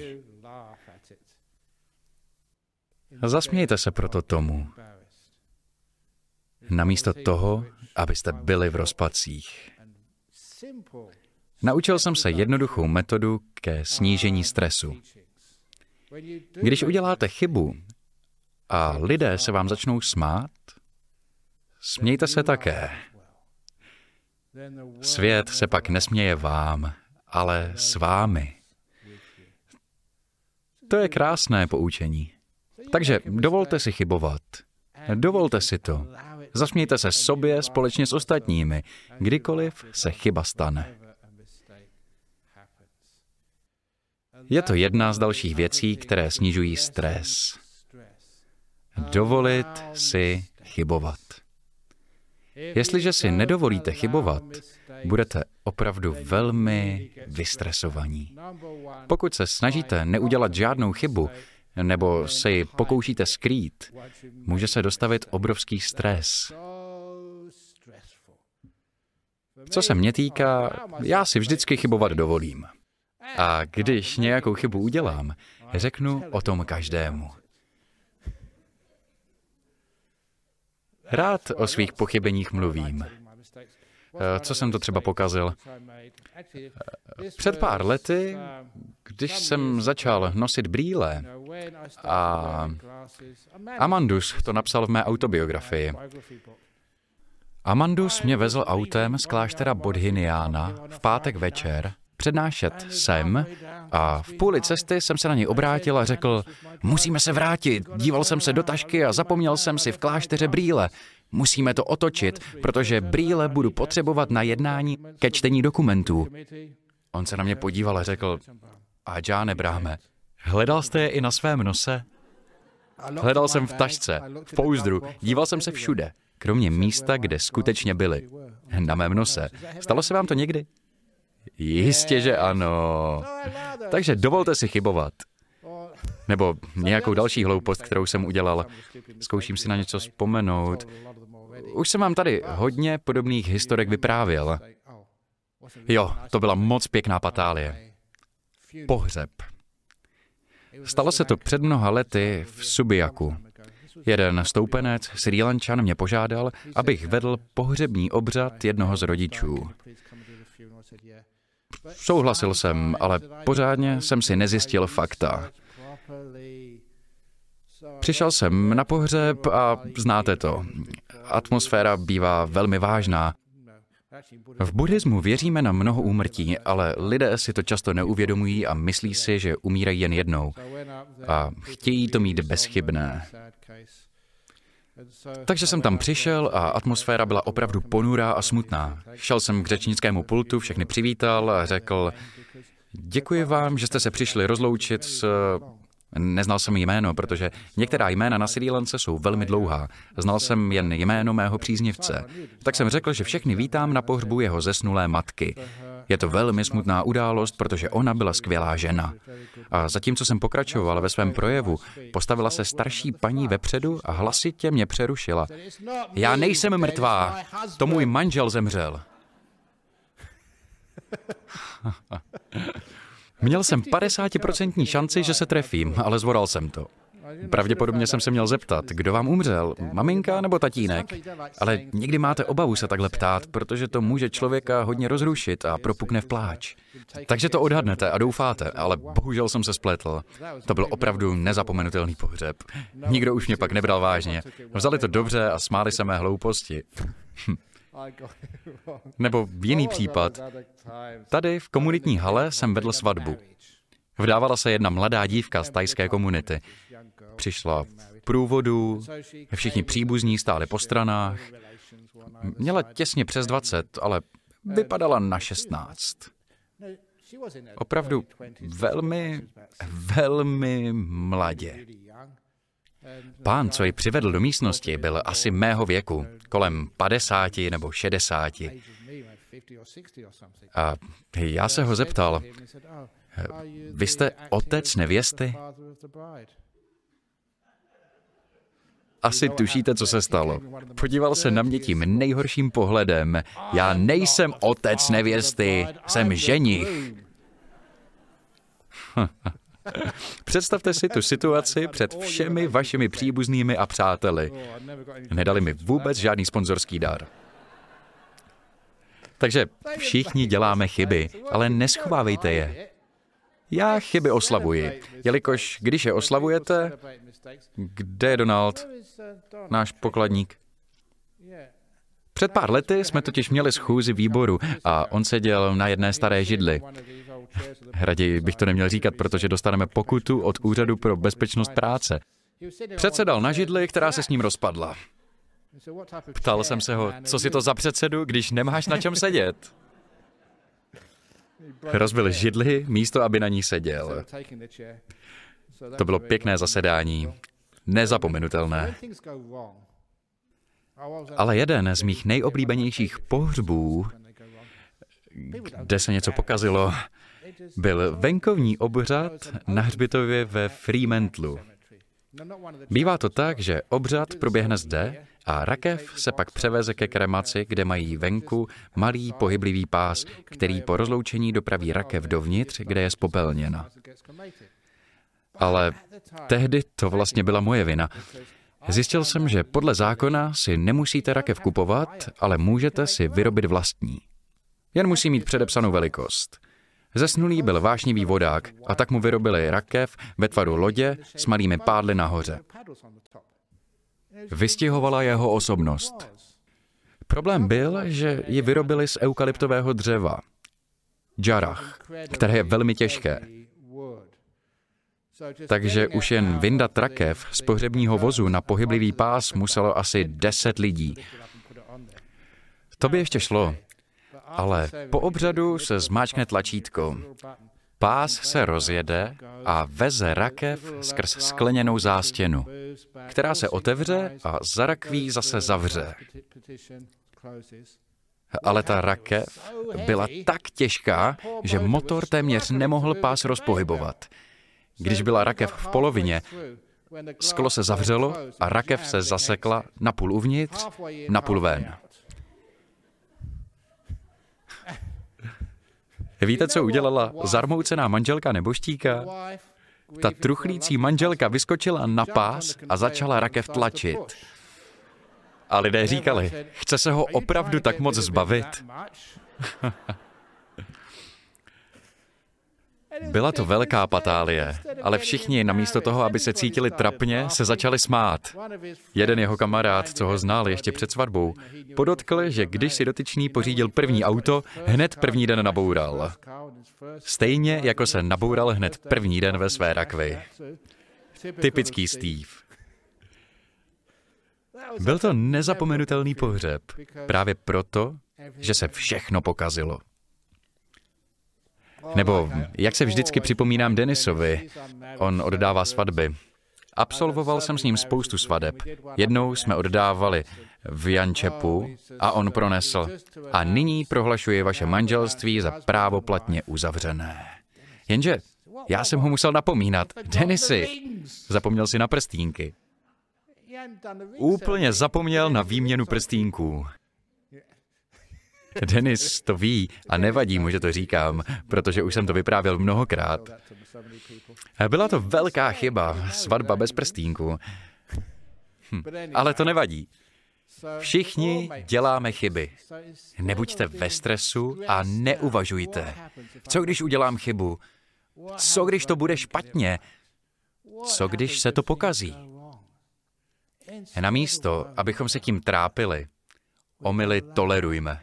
Zasmějte se proto tomu. Namísto toho, abyste byli v rozpacích. Naučil jsem se jednoduchou metodu ke snížení stresu. Když uděláte chybu a lidé se vám začnou smát, smějte se také. Svět se pak nesměje vám, ale s vámi. To je krásné poučení. Takže dovolte si chybovat. Dovolte si to. Zasmějte se sobě společně s ostatními, kdykoliv se chyba stane. Je to jedna z dalších věcí, které snižují stres. Dovolit si chybovat. Jestliže si nedovolíte chybovat, budete opravdu velmi vystresovaní. Pokud se snažíte neudělat žádnou chybu, nebo se ji pokoušíte skrýt, může se dostavit obrovský stres. Co se mě týká, já si vždycky chybovat dovolím. A když nějakou chybu udělám, řeknu o tom každému. Rád o svých pochybeních mluvím. Co jsem to třeba pokazil? Před pár lety, když jsem začal nosit brýle, a Amandus to napsal v mé autobiografii. Amandus mě vezl autem z kláštera Bodhiniána v pátek večer přednášet sem a v půli cesty jsem se na něj obrátil a řekl, musíme se vrátit, díval jsem se do tašky a zapomněl jsem si v klášteře brýle. Musíme to otočit, protože brýle budu potřebovat na jednání ke čtení dokumentů. On se na mě podíval a řekl, a Johne Brahme, hledal jste je i na svém nose? Hledal jsem v tašce, v pouzdru, díval jsem se všude, kromě místa, kde skutečně byly. Na mém nose. Stalo se vám to někdy? Jistě, že ano. Takže dovolte si chybovat. Nebo nějakou další hloupost, kterou jsem udělal. Zkouším si na něco vzpomenout. Už jsem vám tady hodně podobných historek vyprávěl. Jo, to byla moc pěkná patálie. Pohřeb. Stalo se to před mnoha lety v Subiaku. Jeden stoupenec Srí Lančan mě požádal, abych vedl pohřební obřad jednoho z rodičů. Souhlasil jsem, ale pořádně jsem si nezjistil fakta. Přišel jsem na pohřeb a znáte to. Atmosféra bývá velmi vážná. V buddhismu věříme na mnoho úmrtí, ale lidé si to často neuvědomují a myslí si, že umírají jen jednou. A chtějí to mít bezchybné. Takže jsem tam přišel a atmosféra byla opravdu ponurá a smutná. Šel jsem k řečnickému pultu, všechny přivítal a řekl, děkuji vám, že jste se přišli rozloučit s... Neznal jsem jméno, protože některá jména na Srí Lance jsou velmi dlouhá. Znal jsem jen jméno mého příznivce. Tak jsem řekl, že všechny vítám na pohřbu jeho zesnulé matky. Je to velmi smutná událost, protože ona byla skvělá žena. A zatímco jsem pokračoval ve svém projevu, postavila se starší paní vepředu a hlasitě mě přerušila. Já nejsem mrtvá, to můj manžel zemřel. Měl jsem padesát procent šanci, že se trefím, ale zvoral jsem to. Pravděpodobně jsem se měl zeptat, kdo vám umřel, maminka nebo tatínek? Ale někdy máte obavu se takhle ptát, protože to může člověka hodně rozrušit a propukne v pláč. Takže to odhadnete a doufáte, ale bohužel jsem se spletl. To byl opravdu nezapomenutelný pohřeb. Nikdo už mě pak nebral vážně. Vzali to dobře a smáli se mé hlouposti. Nebo jiný případ. Tady v komunitní hale jsem vedl svatbu. Vdávala se jedna mladá dívka z thajské komunity. Přišla v průvodu, všichni příbuzní stáli po stranách. Měla těsně přes dvacet, ale vypadala na šestnáct. Opravdu velmi, velmi mladě. Pán, co ji přivedl do místnosti, byl asi mého věku, kolem padesáti nebo šedesáti. A já se ho zeptal, vy jste otec nevěsty? Asi tušíte, co se stalo. Podíval se na mě tím nejhorším pohledem. Já nejsem otec nevěsty, jsem ženich. Představte si tu situaci před všemi vašimi příbuznými a přáteli. Nedali mi vůbec žádný sponzorský dar. Takže všichni děláme chyby, ale neschovávejte je. Já chyby oslavuji, jelikož když je oslavujete, kde je Donald, náš pokladník? Před pár lety jsme totiž měli schůzi výboru a on seděl na jedné staré židli. Raději bych to neměl říkat, protože dostaneme pokutu od Úřadu pro bezpečnost práce. Předsedal na židli, která se s ním rozpadla. Ptal jsem se ho, co si to za předsedu, když nemáš na čem sedět? Rozbil židli, místo aby na ní seděl. To bylo pěkné zasedání. Nezapomenutelné. Ale jeden z mých nejoblíbenějších pohřbů, kde se něco pokazilo, byl venkovní obřad na hřbitově ve Fremantlu. Bývá to tak, že obřad proběhne zde a rakev se pak převeze ke kremaci, kde mají venku malý pohyblivý pás, který po rozloučení dopraví rakev dovnitř, kde je spopelněna. Ale tehdy to vlastně byla moje vina. Zjistil jsem, že podle zákona si nemusíte rakev kupovat, ale můžete si vyrobit vlastní. Jen musí mít předepsanou velikost. Zesnulý byl vášnivý vodák a tak mu vyrobili rakev ve tvaru lodě s malými pádly nahoře. Vystihovala jeho osobnost. Problém byl, že ji vyrobili z eukalyptového dřeva, džarach, které je velmi těžké. Takže už jen vyndat rakev z pohřebního vozu na pohyblivý pás muselo asi deset lidí. To by ještě šlo, ale po obřadu se zmáčkne tlačítko. Pás se rozjede a veze rakev skrz skleněnou zástěnu, která se otevře a za rakví zase zavře. Ale ta rakev byla tak těžká, že motor téměř nemohl pás rozpohybovat. Když byla rakev v polovině, sklo se zavřelo a rakev se zasekla napůl uvnitř, napůl ven. Víte, co udělala zarmoucená manželka nebožtíka? Ta truchlící manželka vyskočila na pás a začala rakev tlačit. A lidé říkali, chce se ho opravdu tak moc zbavit? Byla to velká patálie, ale všichni namísto toho, aby se cítili trapně, se začali smát. Jeden jeho kamarád, co ho znal ještě před svatbou, podotkl, že když si dotyčný pořídil první auto, hned první den naboural. Stejně jako se naboural hned první den ve své rakvi. Typický Steve. Byl to nezapomenutelný pohřeb, právě proto, že se všechno pokazilo. Nebo, jak se vždycky připomínám Denisovi, on oddává svatby. Absolvoval jsem s ním spoustu svadeb. Jednou jsme oddávali v Jančepu a on pronesl: a nyní prohlašuji vaše manželství za právoplatně uzavřené. Jenže já jsem ho musel napomínat. Denisi, zapomněl si na prstínky. Úplně zapomněl na výměnu prstínků. Denis to ví a nevadí mu, že to říkám, protože už jsem to vyprávěl mnohokrát. Byla to velká chyba, svatba bez prstínku. Hm, ale to nevadí. Všichni děláme chyby. Nebuďte ve stresu a neuvažujte. Co když udělám chybu? Co když to bude špatně? Co když se to pokazí? Namísto, abychom se tím trápili, omyly tolerujme.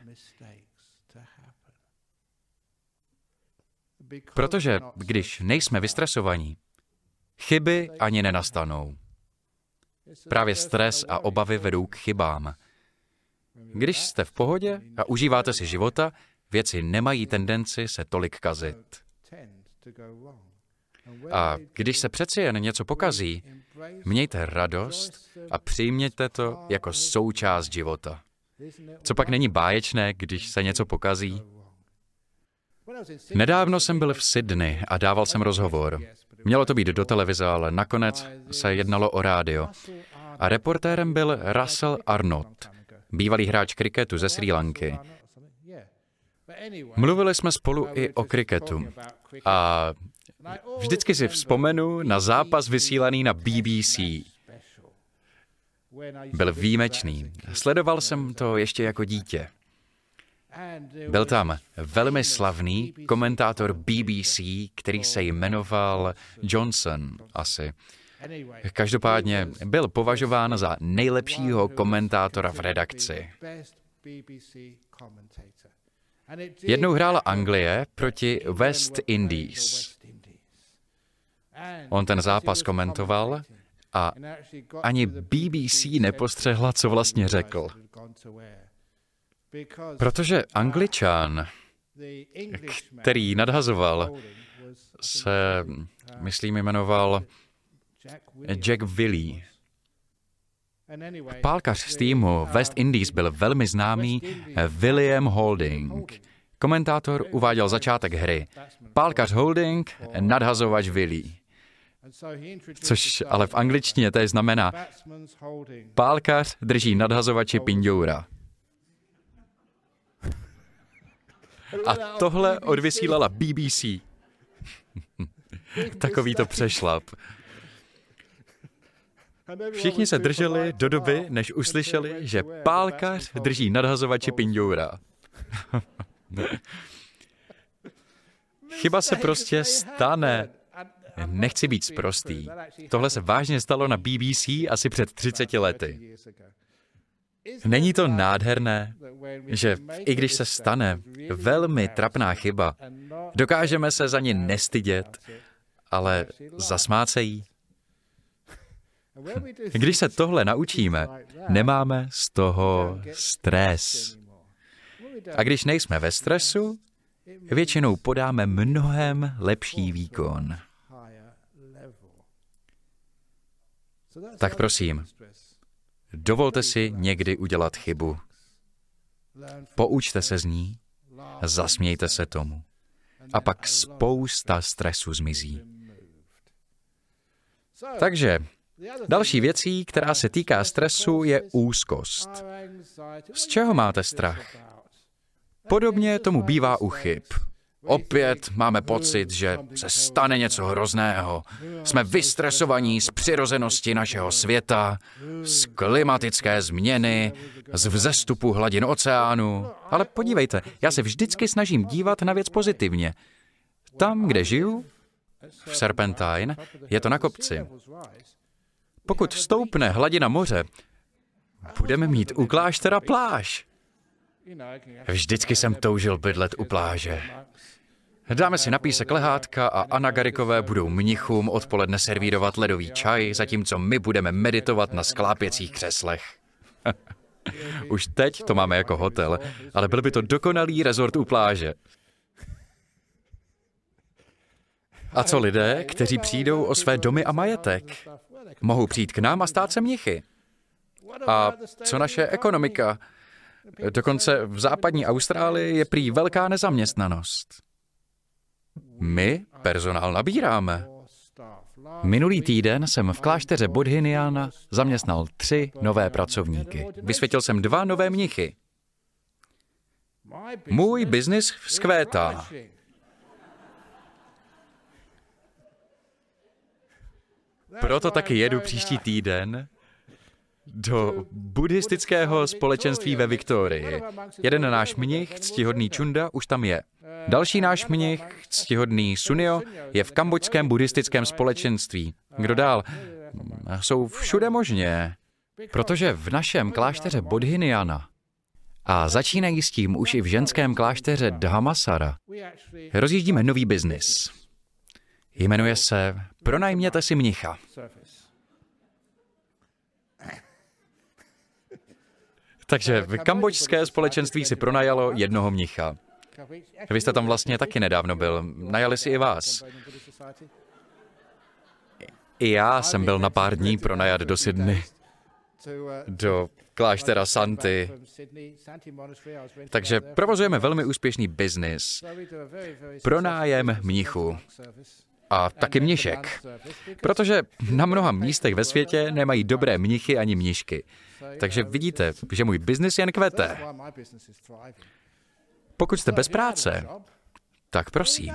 Protože když nejsme vystresovaní, chyby ani nenastanou. Právě stres a obavy vedou k chybám. Když jste v pohodě a užíváte si života, věci nemají tendenci se tolik kazit. A když se přeci jen něco pokazí, mějte radost a přijměte to jako součást života. Co pak není báječné, když se něco pokazí? Nedávno jsem byl v Sydney a dával jsem rozhovor. Mělo to být do televize, ale nakonec se jednalo o rádio. A reportérem byl Russell Arnott, bývalý hráč kriketu ze Srí Lanky. Mluvili jsme spolu i o kriketu. A vždycky si vzpomenu na zápas vysílaný na B B C. Byl výjimečný. Sledoval jsem to ještě jako dítě. Byl tam velmi slavný komentátor B B C, který se jmenoval Johnson asi. Každopádně byl považován za nejlepšího komentátora v redakci. Jednou hrála Anglie proti West Indies. On ten zápas komentoval a ani B B C nepostřehla, co vlastně řekl. Protože Angličan, který nadhazoval, se, myslím, jmenoval Jack Willey. Pálkař z týmu West Indies byl velmi známý William Holding. Komentátor uváděl začátek hry. Pálkař Holding, nadhazovač Willey. Což ale v angličtině to znamená pálkař drží nadhazovači pindoura. A tohle odvysílala B B C. Takový to přešlap. Všichni se drželi do doby, než uslyšeli, že pálkař drží nadhazovači pindoura. Chyba se prostě stane. Nechci být sprostý. Tohle se vážně stalo na B B C asi před třiceti lety. Není to nádherné, že i když se stane velmi trapná chyba, dokážeme se za ní nestydět, ale zasmát se jí? Když se tohle naučíme, nemáme z toho stres. A když nejsme ve stresu, většinou podáme mnohem lepší výkon. Tak prosím, dovolte si někdy udělat chybu. Poučte se z ní, zasmějte se tomu. A pak spousta stresu zmizí. Takže další věcí, která se týká stresu, je úzkost. Z čeho máte strach? Podobně tomu bývá u chyb. Opět máme pocit, že se stane něco hrozného. Jsme vystresovaní z přirozenosti našeho světa, z klimatické změny, z vzestupu hladin oceánu. Ale podívejte, já se vždycky snažím dívat na věc pozitivně. Tam, kde žiju, v Serpentine, je to na kopci. Pokud stoupne hladina moře, budeme mít u kláštera pláž. Vždycky jsem toužil bydlet u pláže. Dáme si na písek lehátka a Anna Garikové budou mnichům odpoledne servírovat ledový čaj, zatímco my budeme meditovat na sklápěcích křeslech. Už teď to máme jako hotel, ale byl by to dokonalý rezort u pláže. A co lidé, kteří přijdou o své domy a majetek? Mohou přijít k nám a stát se mnichy. A co naše ekonomika? Dokonce v západní Austrálii je prý velká nezaměstnanost. My personál nabíráme. Minulý týden jsem v klášteře Bodhiniana zaměstnal tři nové pracovníky. Vysvětil jsem dva nové mnichy. Můj biznis vzkvétá. Proto taky jedu příští týden do buddhistického společenství ve Viktorii. Jeden náš mnich, ctihodný Chunda, už tam je. Další náš mnich, ctihodný Sunio, je v kambodžském buddhistickém společenství. Kdo dál? Jsou všude možně. Protože v našem klášteře Bodhiniana a začínají s tím už i v ženském klášteře Dhammasara, rozjíždíme nový biznis. Jmenuje se Pronajměte si mnicha. Takže v kambodžské společenství si pronajalo jednoho mnicha. Vy jste tam vlastně taky nedávno byl. Najali si i vás. I já jsem byl na pár dní pronajat do Sydney. Do kláštera Santi. Takže provozujeme velmi úspěšný biznis. Pronájem mnichu. A taky mnišek. Protože na mnoha místech ve světě nemají dobré mnichy ani mnišky. Takže vidíte, že můj biznis jen kvete. Pokud jste bez práce, tak prosím.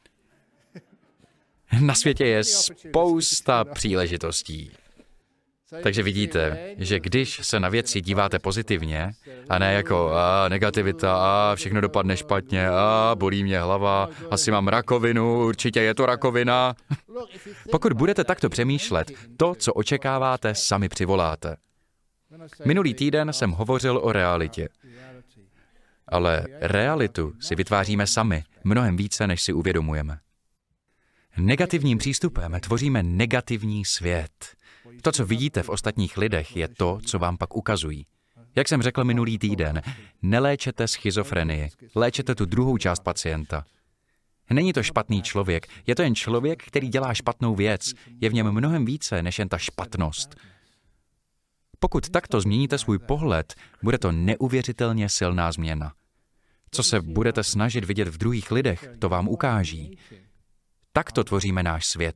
Na světě je spousta příležitostí. Takže vidíte, že když se na věci díváte pozitivně, a ne jako a negativita, a všechno dopadne špatně, a bolí mě hlava, asi mám rakovinu, určitě je to rakovina. Pokud budete takto přemýšlet, to, co očekáváte, sami přivoláte. Minulý týden jsem hovořil o realitě. Ale realitu si vytváříme sami, mnohem více, než si uvědomujeme. Negativním přístupem tvoříme negativní svět. To, co vidíte v ostatních lidech, je to, co vám pak ukazují. Jak jsem řekl minulý týden, neléčete schizofrenii, léčete tu druhou část pacienta. Není to špatný člověk, je to jen člověk, který dělá špatnou věc. Je v něm mnohem více, než jen ta špatnost. Pokud takto změníte svůj pohled, bude to neuvěřitelně silná změna. Co se budete snažit vidět v druhých lidech, to vám ukáží. Takto tvoříme náš svět.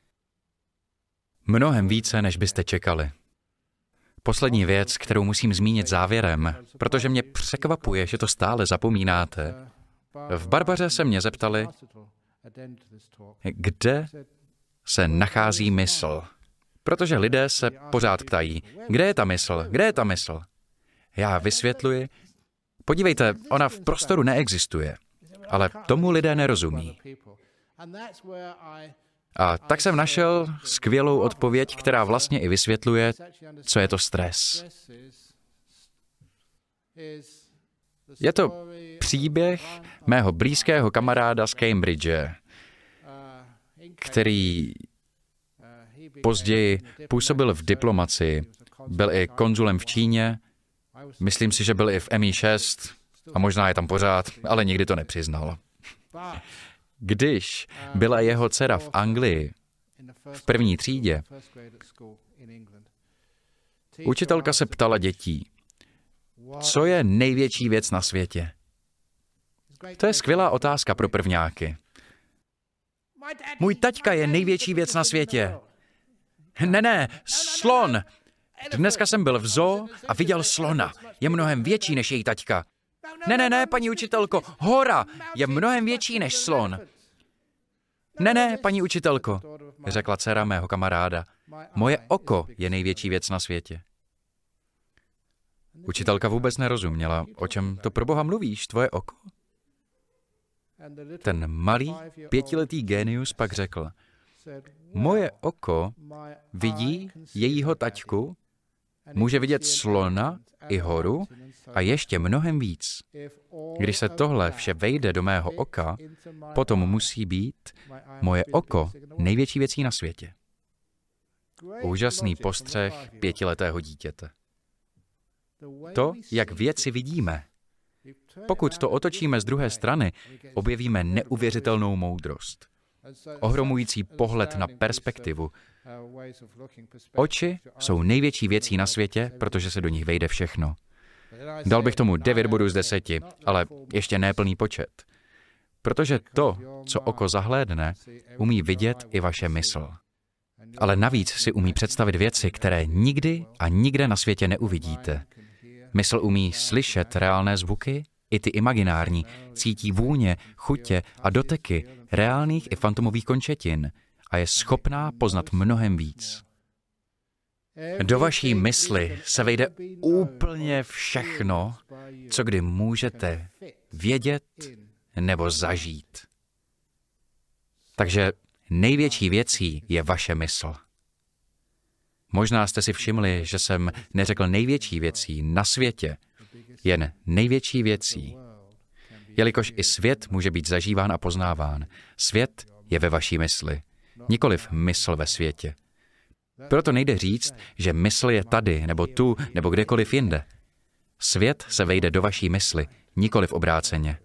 Mnohem více, než byste čekali. Poslední věc, kterou musím zmínit závěrem, protože mě překvapuje, že to stále zapomínáte. V Barbaře se mě zeptali, kde se nachází mysl. Protože lidé se pořád ptají, kde je ta mysl, kde je ta mysl. Já vysvětluji, podívejte, ona v prostoru neexistuje, ale tomu lidé nerozumí. A tak jsem našel skvělou odpověď, která vlastně i vysvětluje, co je to stres. Je to příběh mého blízkého kamaráda z Cambridge, který později působil v diplomacii, byl i konzulem v Číně, myslím si, že byl i v M I šest a možná je tam pořád, ale nikdy to nepřiznal. Když byla jeho dcera v Anglii, v první třídě, učitelka se ptala dětí, co je největší věc na světě? To je skvělá otázka pro prvňáky. Můj taťka je největší věc na světě. Ne, ne, slon. Dneska jsem byl v zoo a viděl slona. Je mnohem větší než její taťka. Ne, ne, ne, paní učitelko, hora je mnohem větší než slon. Ne, ne, paní učitelko, řekla dcera mého kamaráda. Moje oko je největší věc na světě. Učitelka vůbec nerozuměla, o čem to pro Boha mluvíš, tvoje oko? Ten malý pětiletý génius pak řekl, moje oko vidí jejího taťku, může vidět slona i horu a ještě mnohem víc. Když se tohle vše vejde do mého oka, potom musí být moje oko největší věcí na světě. Úžasný postřeh pětiletého dítěte. To, jak věci vidíme. Pokud to otočíme z druhé strany, objevíme neuvěřitelnou moudrost. Ohromující pohled na perspektivu. Oči jsou největší věcí na světě, protože se do nich vejde všechno. Dal bych tomu devět bodů z deseti, ale ještě ne plný počet. Protože to, co oko zahlédne, umí vidět i vaše mysl. Ale navíc si umí představit věci, které nikdy a nikde na světě neuvidíte. Mysl umí slyšet reálné zvuky i ty imaginární, cítí vůně, chutě a doteky reálných i fantomových končetin a je schopná poznat mnohem víc. Do vaší mysli se vejde úplně všechno, co kdy můžete vědět nebo zažít. Takže největší věcí je vaše mysl. Možná jste si všimli, že jsem neřekl největší věcí na světě, jen největší věcí. Jelikož i svět může být zažíván a poznáván. Svět je ve vaší mysli, nikoliv mysl ve světě. Proto nejde říct, že mysl je tady, nebo tu, nebo kdekoliv jinde. Svět se vejde do vaší mysli, nikoliv obráceně.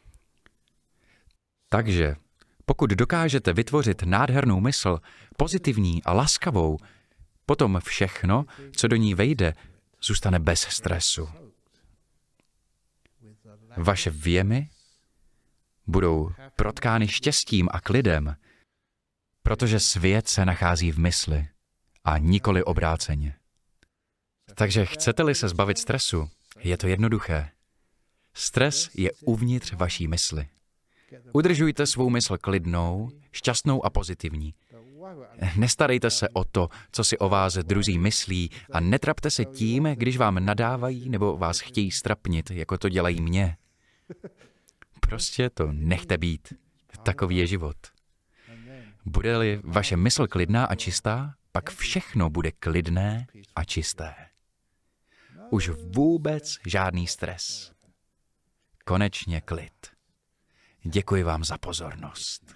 Takže, pokud dokážete vytvořit nádhernou mysl, pozitivní a laskavou, potom všechno, co do ní vejde, zůstane bez stresu. Vaše věmy budou protkány štěstím a klidem, protože svět se nachází v mysli a nikoli obráceně. Takže chcete-li se zbavit stresu, je to jednoduché. Stres je uvnitř vaší mysli. Udržujte svou mysl klidnou, šťastnou a pozitivní. Nestarejte se o to, co si o vás druzí myslí a netrapte se tím, když vám nadávají nebo vás chtějí strapnit, jako to dělají mě. Prostě to nechte být. Takový je život. Bude-li vaše mysl klidná a čistá, pak všechno bude klidné a čisté. Už vůbec žádný stres. Konečně klid. Děkuji vám za pozornost.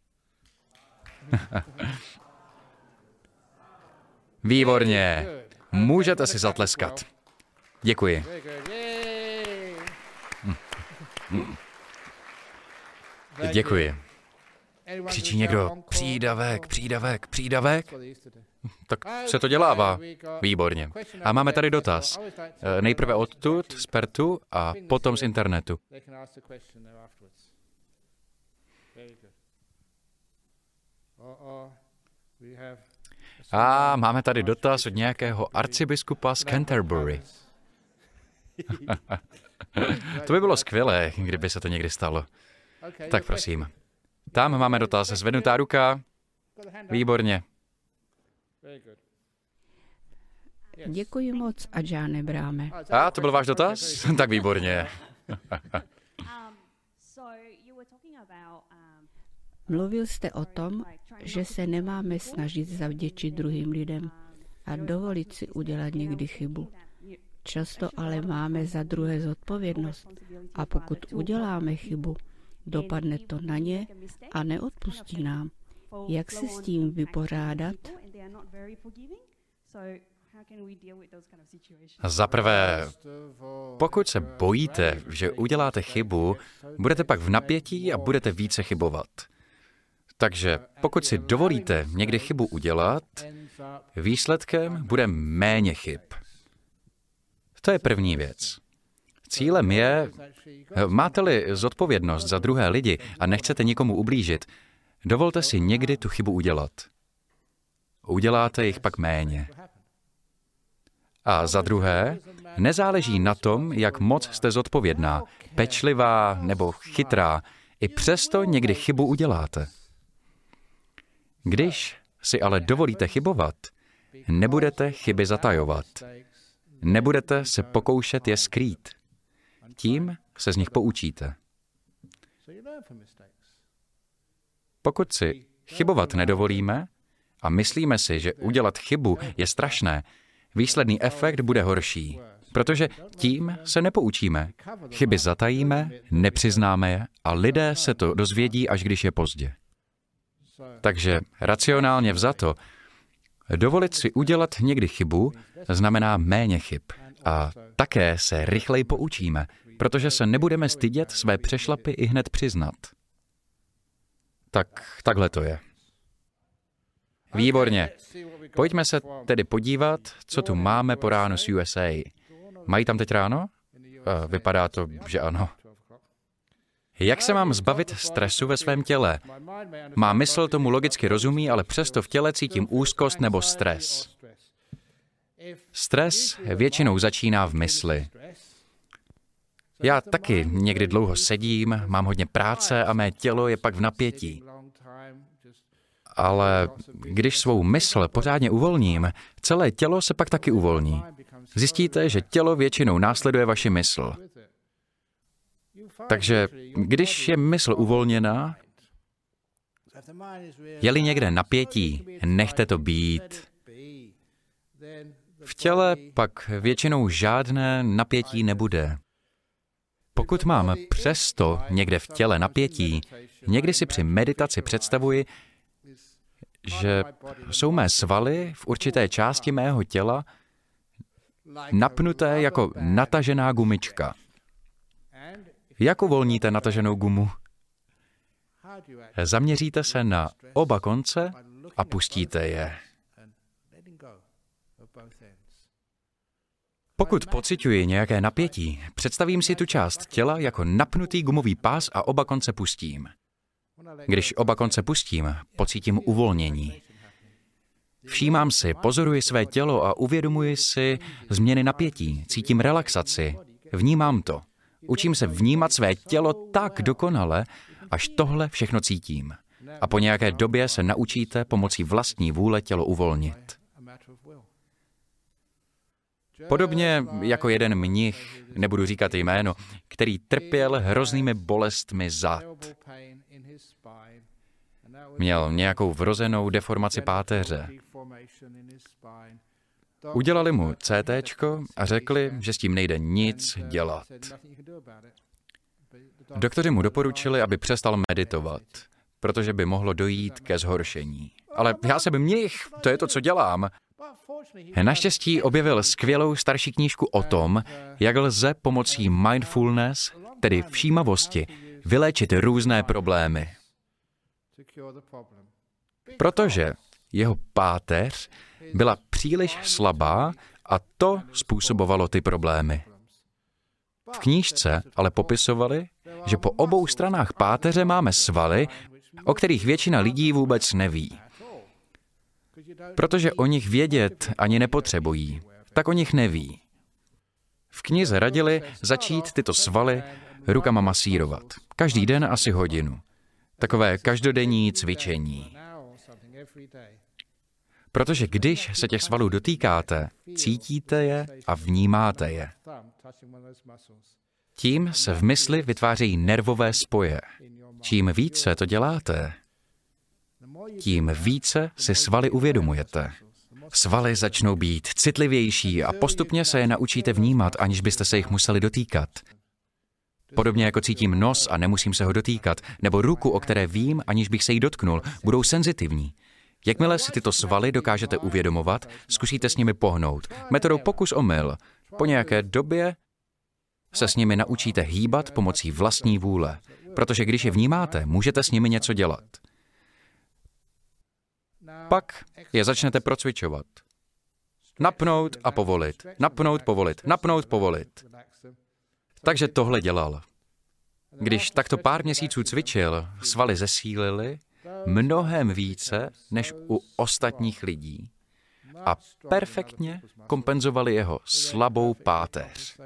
Výborně. Můžete si zatleskat. Děkuji. Děkuji. Křičí někdo přídavek, přídavek, přídavek? Tak se to dělává. Výborně. A máme tady dotaz. Nejprve odtud, z Pertu a potom z internetu. A máme tady dotaz od nějakého arcibiskupa z Canterbury. To by bylo skvělé, kdyby se to někdy stalo. Tak prosím. Tam máme dotaz. Zvednutá ruka. Výborně. Děkuji moc, Ajahn Brahme. A to byl váš dotaz? Tak výborně. Mluvil jste o tom, že se nemáme snažit zavděčit druhým lidem a dovolit si udělat někdy chybu. Často ale máme za druhé zodpovědnost a pokud uděláme chybu, dopadne to na ně a neodpustí nám. Jak se s tím vypořádat? Za prvé, pokud se bojíte, že uděláte chybu, budete pak v napětí a budete více chybovat. Takže pokud si dovolíte někdy chybu udělat, výsledkem bude méně chyb. To je první věc. Cílem je, máte-li zodpovědnost za druhé lidi a nechcete nikomu ublížit, dovolte si někdy tu chybu udělat. Uděláte jich pak méně. A za druhé, nezáleží na tom, jak moc jste zodpovědná, pečlivá nebo chytrá, i přesto někdy chybu uděláte. Když si ale dovolíte chybovat, nebudete chyby zatajovat. Nebudete se pokoušet je skrýt. Tím se z nich poučíte. Pokud si chybovat nedovolíme a myslíme si, že udělat chybu je strašné, výsledný efekt bude horší, protože tím se nepoučíme. Chyby zatajíme, nepřiznáme je a lidé se to dozvědí, až když je pozdě. Takže racionálně vzato, dovolit si udělat někdy chybu znamená méně chyb. A také se rychleji poučíme, protože se nebudeme stydět své přešlapy i hned přiznat. Tak takhle to je. Výborně. Pojďme se tedy podívat, co tu máme po ránu z U S A. Mají tam teď ráno? Vypadá to, že ano. Jak se mám zbavit stresu ve svém těle? Má mysl tomu logicky rozumí, ale přesto v těle cítím úzkost nebo stres. Stres většinou začíná v mysli. Já taky někdy dlouho sedím, mám hodně práce a mé tělo je pak v napětí. Ale když svou mysl pořádně uvolním, celé tělo se pak taky uvolní. Zjistíte, že tělo většinou následuje vaši mysl. Takže když je mysl uvolněná, je-li někde napětí, nechte to být. V těle pak většinou žádné napětí nebude. Pokud mám přesto někde v těle napětí, někdy si při meditaci představuji, že jsou mé svaly v určité části mého těla napnuté jako natažená gumička. Jak uvolníte nataženou gumu? Zaměříte se na oba konce a pustíte je. Pokud pociťuji nějaké napětí, představím si tu část těla jako napnutý gumový pás a oba konce pustím. Když oba konce pustím, pocítím uvolnění. Všímám si, pozoruji své tělo a uvědomuji si změny napětí, cítím relaxaci, vnímám to. Učím se vnímat své tělo tak dokonale, až tohle všechno cítím. A po nějaké době se naučíte pomocí vlastní vůle tělo uvolnit. Podobně jako jeden mnich, nebudu říkat jméno, který trpěl hroznými bolestmi zad. Měl nějakou vrozenou deformaci páteře. Udělali mu cé téčko a řekli, že s tím nejde nic dělat. Doktoři mu doporučili, aby přestal meditovat, protože by mohlo dojít ke zhoršení. Ale já jsem mnich, to je to, co dělám. Naštěstí objevil skvělou starší knížku o tom, jak lze pomocí mindfulness, tedy všímavosti, vyléčit různé problémy. Protože jeho páteř byla příliš slabá a to způsobovalo ty problémy. V knížce ale popisovali, že po obou stranách páteře máme svaly, o kterých většina lidí vůbec neví. Protože o nich vědět ani nepotřebují, tak o nich neví. V knize radili začít tyto svaly rukama masírovat. Každý den asi hodinu. Takové každodenní cvičení. Protože když se těch svalů dotýkáte, cítíte je a vnímáte je. Tím se v mysli vytvářejí nervové spoje. Čím více to děláte, tím více si svaly uvědomujete. Svaly začnou být citlivější a postupně se je naučíte vnímat, aniž byste se jich museli dotýkat. Podobně jako cítím nos a nemusím se ho dotýkat, nebo ruku, o které vím, aniž bych se jí dotknul, budou senzitivní. Jakmile si tyto svaly dokážete uvědomovat, zkusíte s nimi pohnout. Metodou pokus omyl. Po nějaké době se s nimi naučíte hýbat pomocí vlastní vůle. Protože když je vnímáte, můžete s nimi něco dělat. Pak je začnete procvičovat. Napnout a povolit. Napnout, povolit. Napnout, povolit. Takže tohle dělal. Když takto pár měsíců cvičil, svaly zesílily mnohem více než u ostatních lidí a perfektně kompenzovali jeho slabou páteř.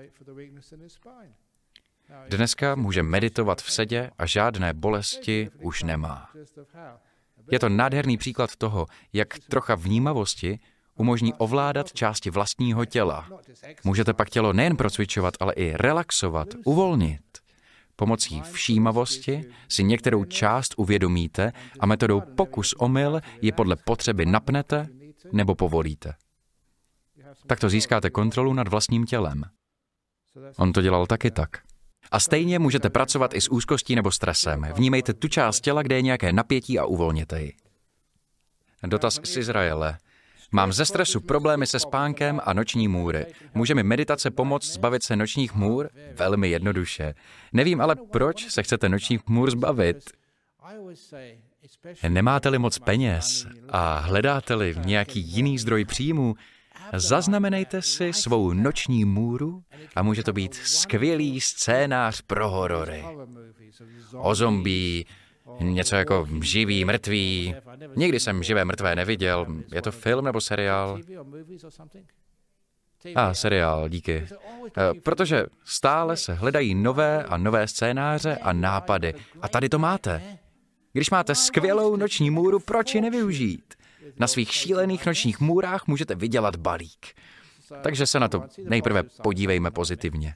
Dneska může meditovat v sedě a žádné bolesti už nemá. Je to nádherný příklad toho, jak trocha vnímavosti umožní ovládat části vlastního těla. Můžete pak tělo nejen procvičovat, ale i relaxovat, uvolnit. Pomocí všímavosti si některou část uvědomíte a metodou pokus omyl ji podle potřeby napnete nebo povolíte. Takto získáte kontrolu nad vlastním tělem. On to dělal taky tak. A stejně můžete pracovat i s úzkostí nebo stresem. Vnímejte tu část těla, kde je nějaké napětí a uvolněte ji. Dotaz z Izraele. Mám ze stresu problémy se spánkem a noční můry. Může mi meditace pomoct zbavit se nočních můr? Velmi jednoduše. Nevím ale, proč se chcete nočních můr zbavit. Nemáte-li moc peněz a hledáte-li nějaký jiný zdroj příjmů, zaznamenejte si svou noční můru a může to být skvělý scénář pro horory. O zombí, něco jako živý, mrtvý. Nikdy jsem živé mrtvé neviděl. Je to film nebo seriál? A seriál, díky. Protože stále se hledají nové a nové scénáře a nápady. A tady to máte. Když máte skvělou noční můru, proč ji nevyužít? Na svých šílených nočních můrách můžete vydělat balík. Takže se na to nejprve podívejme pozitivně.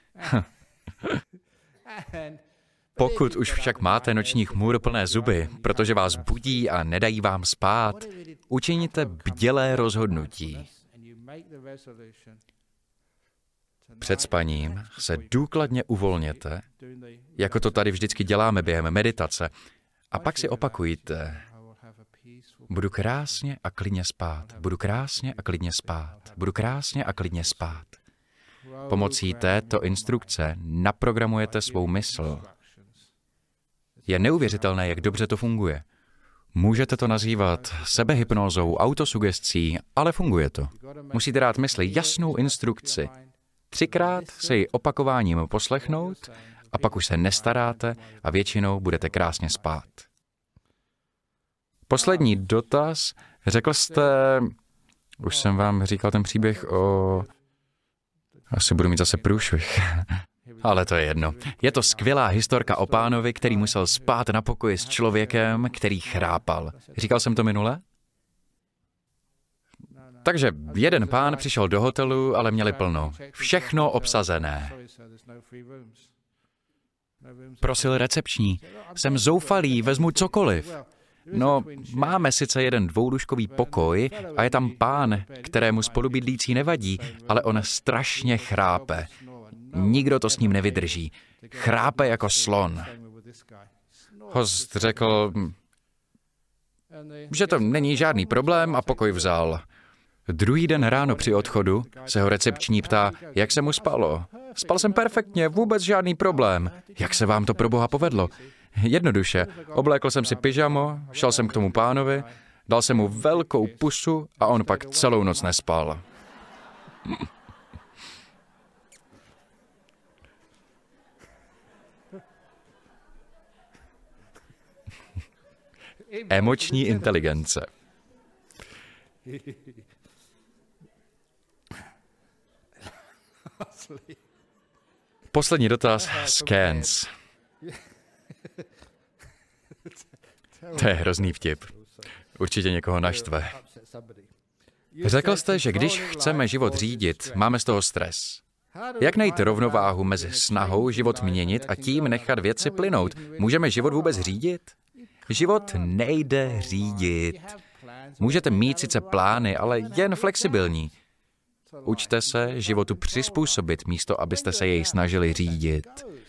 Pokud už však máte nočních můr plné zuby, protože vás budí a nedají vám spát, učiníte bdělé rozhodnutí. Před spaním se důkladně uvolněte, jako to tady vždycky děláme během meditace, a pak si opakujte: budu krásně a klidně spát, budu krásně a klidně spát, budu krásně a klidně spát. Pomocí této instrukce naprogramujete svou mysl. Je neuvěřitelné, jak dobře to funguje. Můžete to nazývat sebehypnózou, autosugestí, ale funguje to. Musíte dát mysli jasnou instrukci. Třikrát se ji opakováním poslechnout a pak už se nestaráte a většinou budete krásně spát. Poslední dotaz. Řekl jste, už jsem vám říkal ten příběh o... Asi budu mít zase průšvih. Ale to je jedno. Je to skvělá historka o pánovi, který musel spát na pokoji s člověkem, který chrápal. Říkal jsem to minule? Takže jeden pán přišel do hotelu, ale měli plno. Všechno obsazené. Prosil recepční. Jsem zoufalý, vezmu cokoliv. No, máme sice jeden dvoulůžkový pokoj a je tam pán, kterému spolubydlící nevadí, ale on strašně chrápe. Nikdo to s ním nevydrží. Chrápe jako slon. Host řekl, že to není žádný problém a pokoj vzal. Druhý den ráno při odchodu se ho recepční ptá, jak se mu spalo. Spal jsem perfektně, vůbec žádný problém. Jak se vám to pro boha povedlo? Jednoduše, oblékl jsem si pyžamo, šel jsem k tomu pánovi, dal jsem mu velkou pusu a on pak celou noc nespal. Emoční inteligence. Poslední dotaz. Scans. To je hrozný vtip. Určitě někoho naštve. Řekl jste, že když chceme život řídit, máme z toho stres. Jak najít rovnováhu mezi snahou život měnit a tím nechat věci plynout? Můžeme život vůbec řídit? Život nejde řídit. Můžete mít sice plány, ale jen flexibilní. Učte se životu přizpůsobit, místo abyste se jej snažili řídit.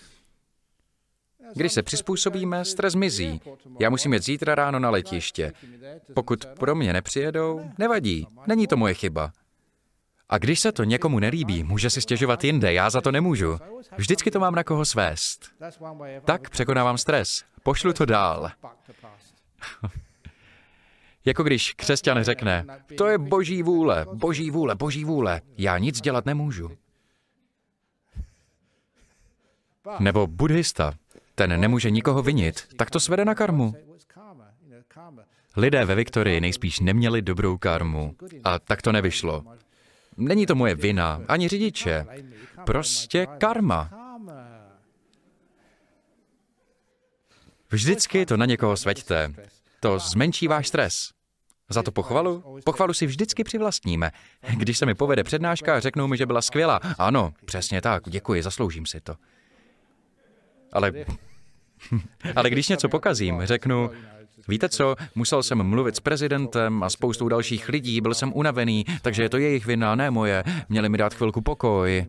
Když se přizpůsobíme, stres mizí. Já musím jet zítra ráno na letiště. Pokud pro mě nepřijedou, nevadí, není to moje chyba. A když se to někomu nelíbí, může si stěžovat jinde, já za to nemůžu. Vždycky to mám na koho svést. Tak překonávám stres, pošlu to dál. Jako když křesťan řekne, to je boží vůle, boží vůle, boží vůle, já nic dělat nemůžu. Nebo buddhista, ten nemůže nikoho vinit, tak to svede na karmu. Lidé ve Viktorii nejspíš neměli dobrou karmu a tak to nevyšlo. Není to moje vina, ani řidiče. Prostě karma. Vždycky to na někoho sveďte. To zmenší váš stres. Za to pochvalu? Pochvalu si vždycky přivlastníme. Když se mi povede přednáška, řeknou mi, že byla skvělá. Ano, přesně tak, děkuji, zasloužím si to. Ale, ale když něco pokazím, řeknu, víte co, musel jsem mluvit s prezidentem a spoustou dalších lidí, byl jsem unavený, takže je to jejich vina, ne moje, měli mi dát chvilku pokoj.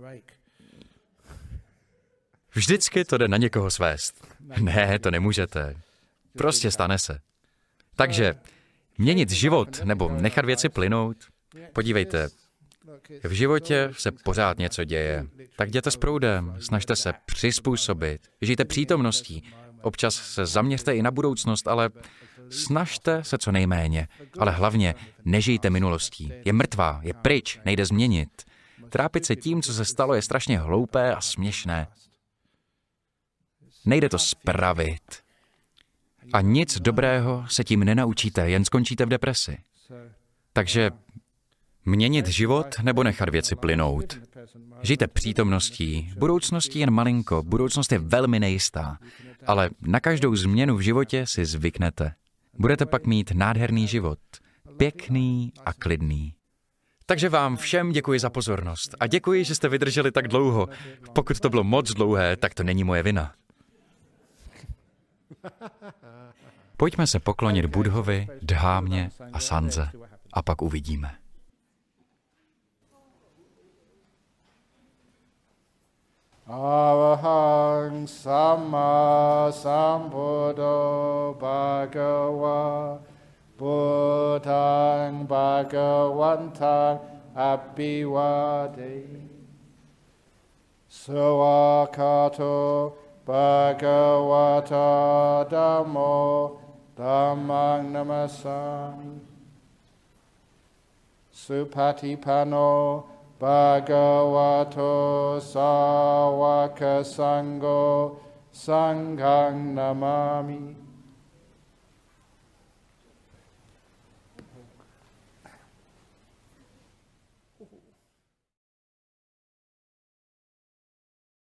Vždycky to jde na někoho svést. Ne, to nemůžete. Prostě stane se. Takže měnit život nebo nechat věci plynout, podívejte, v životě se pořád něco děje. Tak jděte s proudem, snažte se přizpůsobit, žijte přítomností. Občas se zaměřte i na budoucnost, ale snažte se co nejméně. Ale hlavně nežijte minulostí. Je mrtvá, je pryč, nejde změnit. Trápit se tím, co se stalo, je strašně hloupé a směšné. Nejde to spravit. A nic dobrého se tím nenaučíte, jen skončíte v depresi. Takže Měnit život nebo nechat věci plynout. Žijte přítomností, budoucností jen malinko, budoucnost je velmi nejistá, ale na každou změnu v životě si zvyknete. Budete pak mít nádherný život, pěkný a klidný. Takže vám všem děkuji za pozornost a děkuji, že jste vydrželi tak dlouho. Pokud to bylo moc dlouhé, tak to není moje vina. Pojďme se poklonit Buddhovi, Dhámě a Sanze a pak uvidíme. Arahang Samma Sambuddho Bhagava Buddhang Bhagavantang Abhivade Sawakato Bhagavata Dhammo Dhammang Namasami Supatipano Bhagavato Sawaka Sangho Sanghang Namami